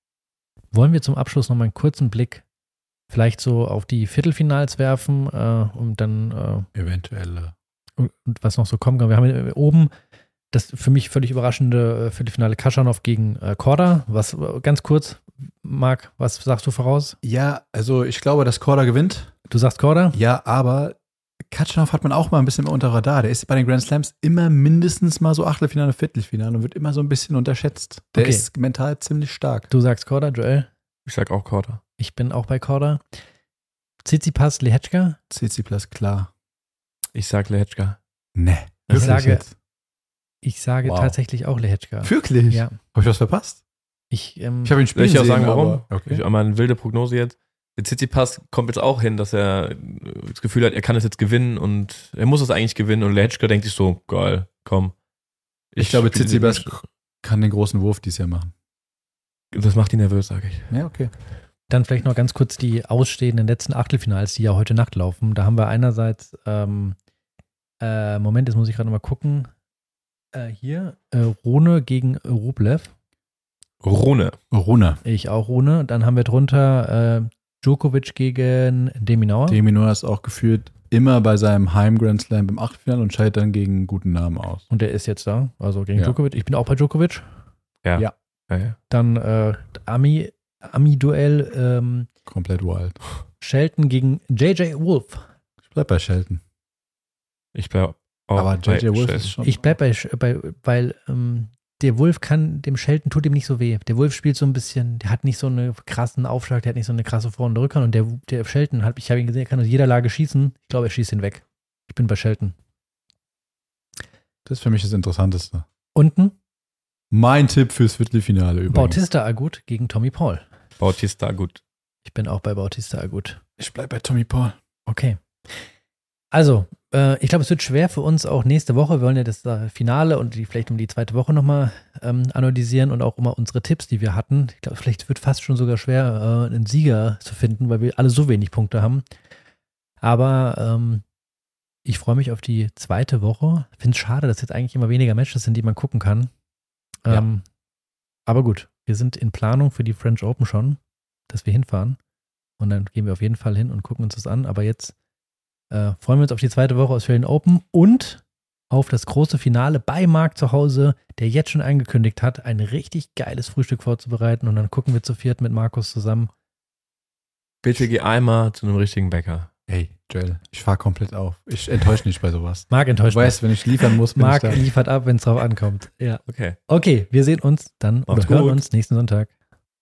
Speaker 1: Wollen wir zum Abschluss noch mal einen kurzen Blick vielleicht so auf die Viertelfinals werfen äh, und dann äh,
Speaker 3: Eventuell.
Speaker 1: und, und was noch so kommen kann. Wir haben äh, oben das für mich völlig überraschende äh, Viertelfinale Khachanov gegen äh, Korda. Was äh, ganz kurz, Marc, was sagst du voraus?
Speaker 3: Ja, also ich glaube, dass Korda gewinnt.
Speaker 1: Du sagst Korda?
Speaker 3: Ja, aber Khachanov hat man auch mal ein bisschen unter Radar. Der ist bei den Grand Slams immer mindestens mal so Achtelfinale, Viertelfinale und wird immer so ein bisschen unterschätzt. Der
Speaker 1: Okay.
Speaker 3: ist mental ziemlich stark.
Speaker 1: Du sagst Korda, Joel?
Speaker 2: Ich sag auch Korda.
Speaker 1: Ich bin auch bei Korda. Tsitsipas, Lehečka?
Speaker 3: Tsitsipas, klar.
Speaker 2: Ich sag Lehečka.
Speaker 3: Ne.
Speaker 1: Ich
Speaker 3: Wirklich
Speaker 1: sage-
Speaker 3: jetzt?
Speaker 1: Ich sage
Speaker 3: Wow.
Speaker 1: tatsächlich auch Lehečka.
Speaker 3: Wirklich?
Speaker 1: Ja.
Speaker 3: Habe ich was verpasst?
Speaker 1: Ich, ähm,
Speaker 3: Ich habe ihn
Speaker 2: Soll
Speaker 3: spielen
Speaker 2: ich auch
Speaker 3: sehen,
Speaker 2: sagen, warum?
Speaker 3: aber- Okay.
Speaker 2: Ich habe mal eine wilde Prognose jetzt. Der Tsitsipas kommt jetzt auch hin, dass er das Gefühl hat, er kann es jetzt gewinnen und er muss es eigentlich gewinnen und Lehečka denkt sich so, geil, komm.
Speaker 3: Ich glaube,
Speaker 2: spiele-
Speaker 3: Tsitsipas kann den großen Wurf dieses Jahr machen.
Speaker 2: Das macht ihn nervös, sage ich.
Speaker 3: Ja, okay.
Speaker 1: Dann vielleicht noch ganz kurz die ausstehenden letzten Achtelfinals, die ja heute Nacht laufen. Da haben wir einerseits, ähm, äh, Moment, jetzt muss ich gerade mal gucken. Äh, hier, äh, Rune gegen Rublev.
Speaker 2: Rune.
Speaker 3: Rune.
Speaker 1: Ich auch Rune. Dann haben wir drunter äh, Djokovic gegen Deminauer.
Speaker 3: Deminauer ist auch gefühlt immer bei seinem Heim-Grand Slam im Achtelfinale und scheidet dann gegen einen guten Namen aus.
Speaker 1: Und der ist jetzt da, also gegen
Speaker 3: Ja.
Speaker 1: Djokovic. Ich bin auch bei Djokovic.
Speaker 2: Ja.
Speaker 3: Ja.
Speaker 2: ja, ja.
Speaker 1: Dann äh, Ami, Ami-Duell ähm,
Speaker 3: Komplett wild.
Speaker 1: Shelton gegen J J Wolf.
Speaker 3: Ich bleib bei Shelton.
Speaker 2: Ich bleib auch
Speaker 3: Aber J J
Speaker 2: bei
Speaker 3: Wolf
Speaker 2: Shelton.
Speaker 3: ist schon.
Speaker 1: Ich bleib bei, bei weil ähm, der Wolf kann, dem Shelton tut ihm nicht so weh. Der Wolf spielt so ein bisschen, der hat nicht so einen krassen Aufschlag, der hat nicht so eine krasse Vor- und Rückhand und der, der Shelton, hat, ich habe ihn gesehen, er kann aus jeder Lage schießen. Ich glaube, er schießt ihn weg. Ich bin bei Shelton.
Speaker 3: Das ist für mich das Interessanteste.
Speaker 1: Unten
Speaker 3: Mein Tipp fürs Viertelfinale übrigens.
Speaker 1: Bautista Agut gegen Tommy Paul.
Speaker 2: Bautista, gut.
Speaker 1: Ich bin auch bei Bautista Agut.
Speaker 3: Ich bleib bei Tommy Paul.
Speaker 1: Okay. Also, äh, ich glaube, es wird schwer für uns auch nächste Woche. Wir wollen ja das äh, Finale und die, vielleicht um die zweite Woche nochmal ähm, analysieren und auch immer unsere Tipps, die wir hatten. Ich glaube, vielleicht wird fast schon sogar schwer, äh, einen Sieger zu finden, weil wir alle so wenig Punkte haben. Aber ähm, ich freue mich auf die zweite Woche. Ich finde es schade, dass jetzt eigentlich immer weniger Matches sind, die man gucken kann. Ähm, ja. Aber gut, wir sind in Planung für die French Open schon, dass wir hinfahren. Und dann gehen wir auf jeden Fall hin und gucken uns das an. Aber jetzt Äh, freuen wir uns auf die zweite Woche Australian Open und auf das große Finale bei Marc zu Hause, der jetzt schon angekündigt hat, ein richtig geiles Frühstück vorzubereiten und dann gucken wir zu viert mit Markus zusammen.
Speaker 2: Bitte geh einmal zu einem richtigen Bäcker.
Speaker 3: Hey, Joel, ich fahr komplett auf. Ich enttäusche nicht bei sowas.
Speaker 1: Marc enttäuscht
Speaker 3: Du weißt, wenn ich liefern muss, bin
Speaker 1: Marc
Speaker 3: ich da.
Speaker 1: liefert ab, wenn es drauf ankommt. Ja.
Speaker 2: Okay.
Speaker 1: Okay, wir sehen uns dann
Speaker 2: Macht's
Speaker 1: oder hören
Speaker 2: gut.
Speaker 1: uns nächsten Sonntag.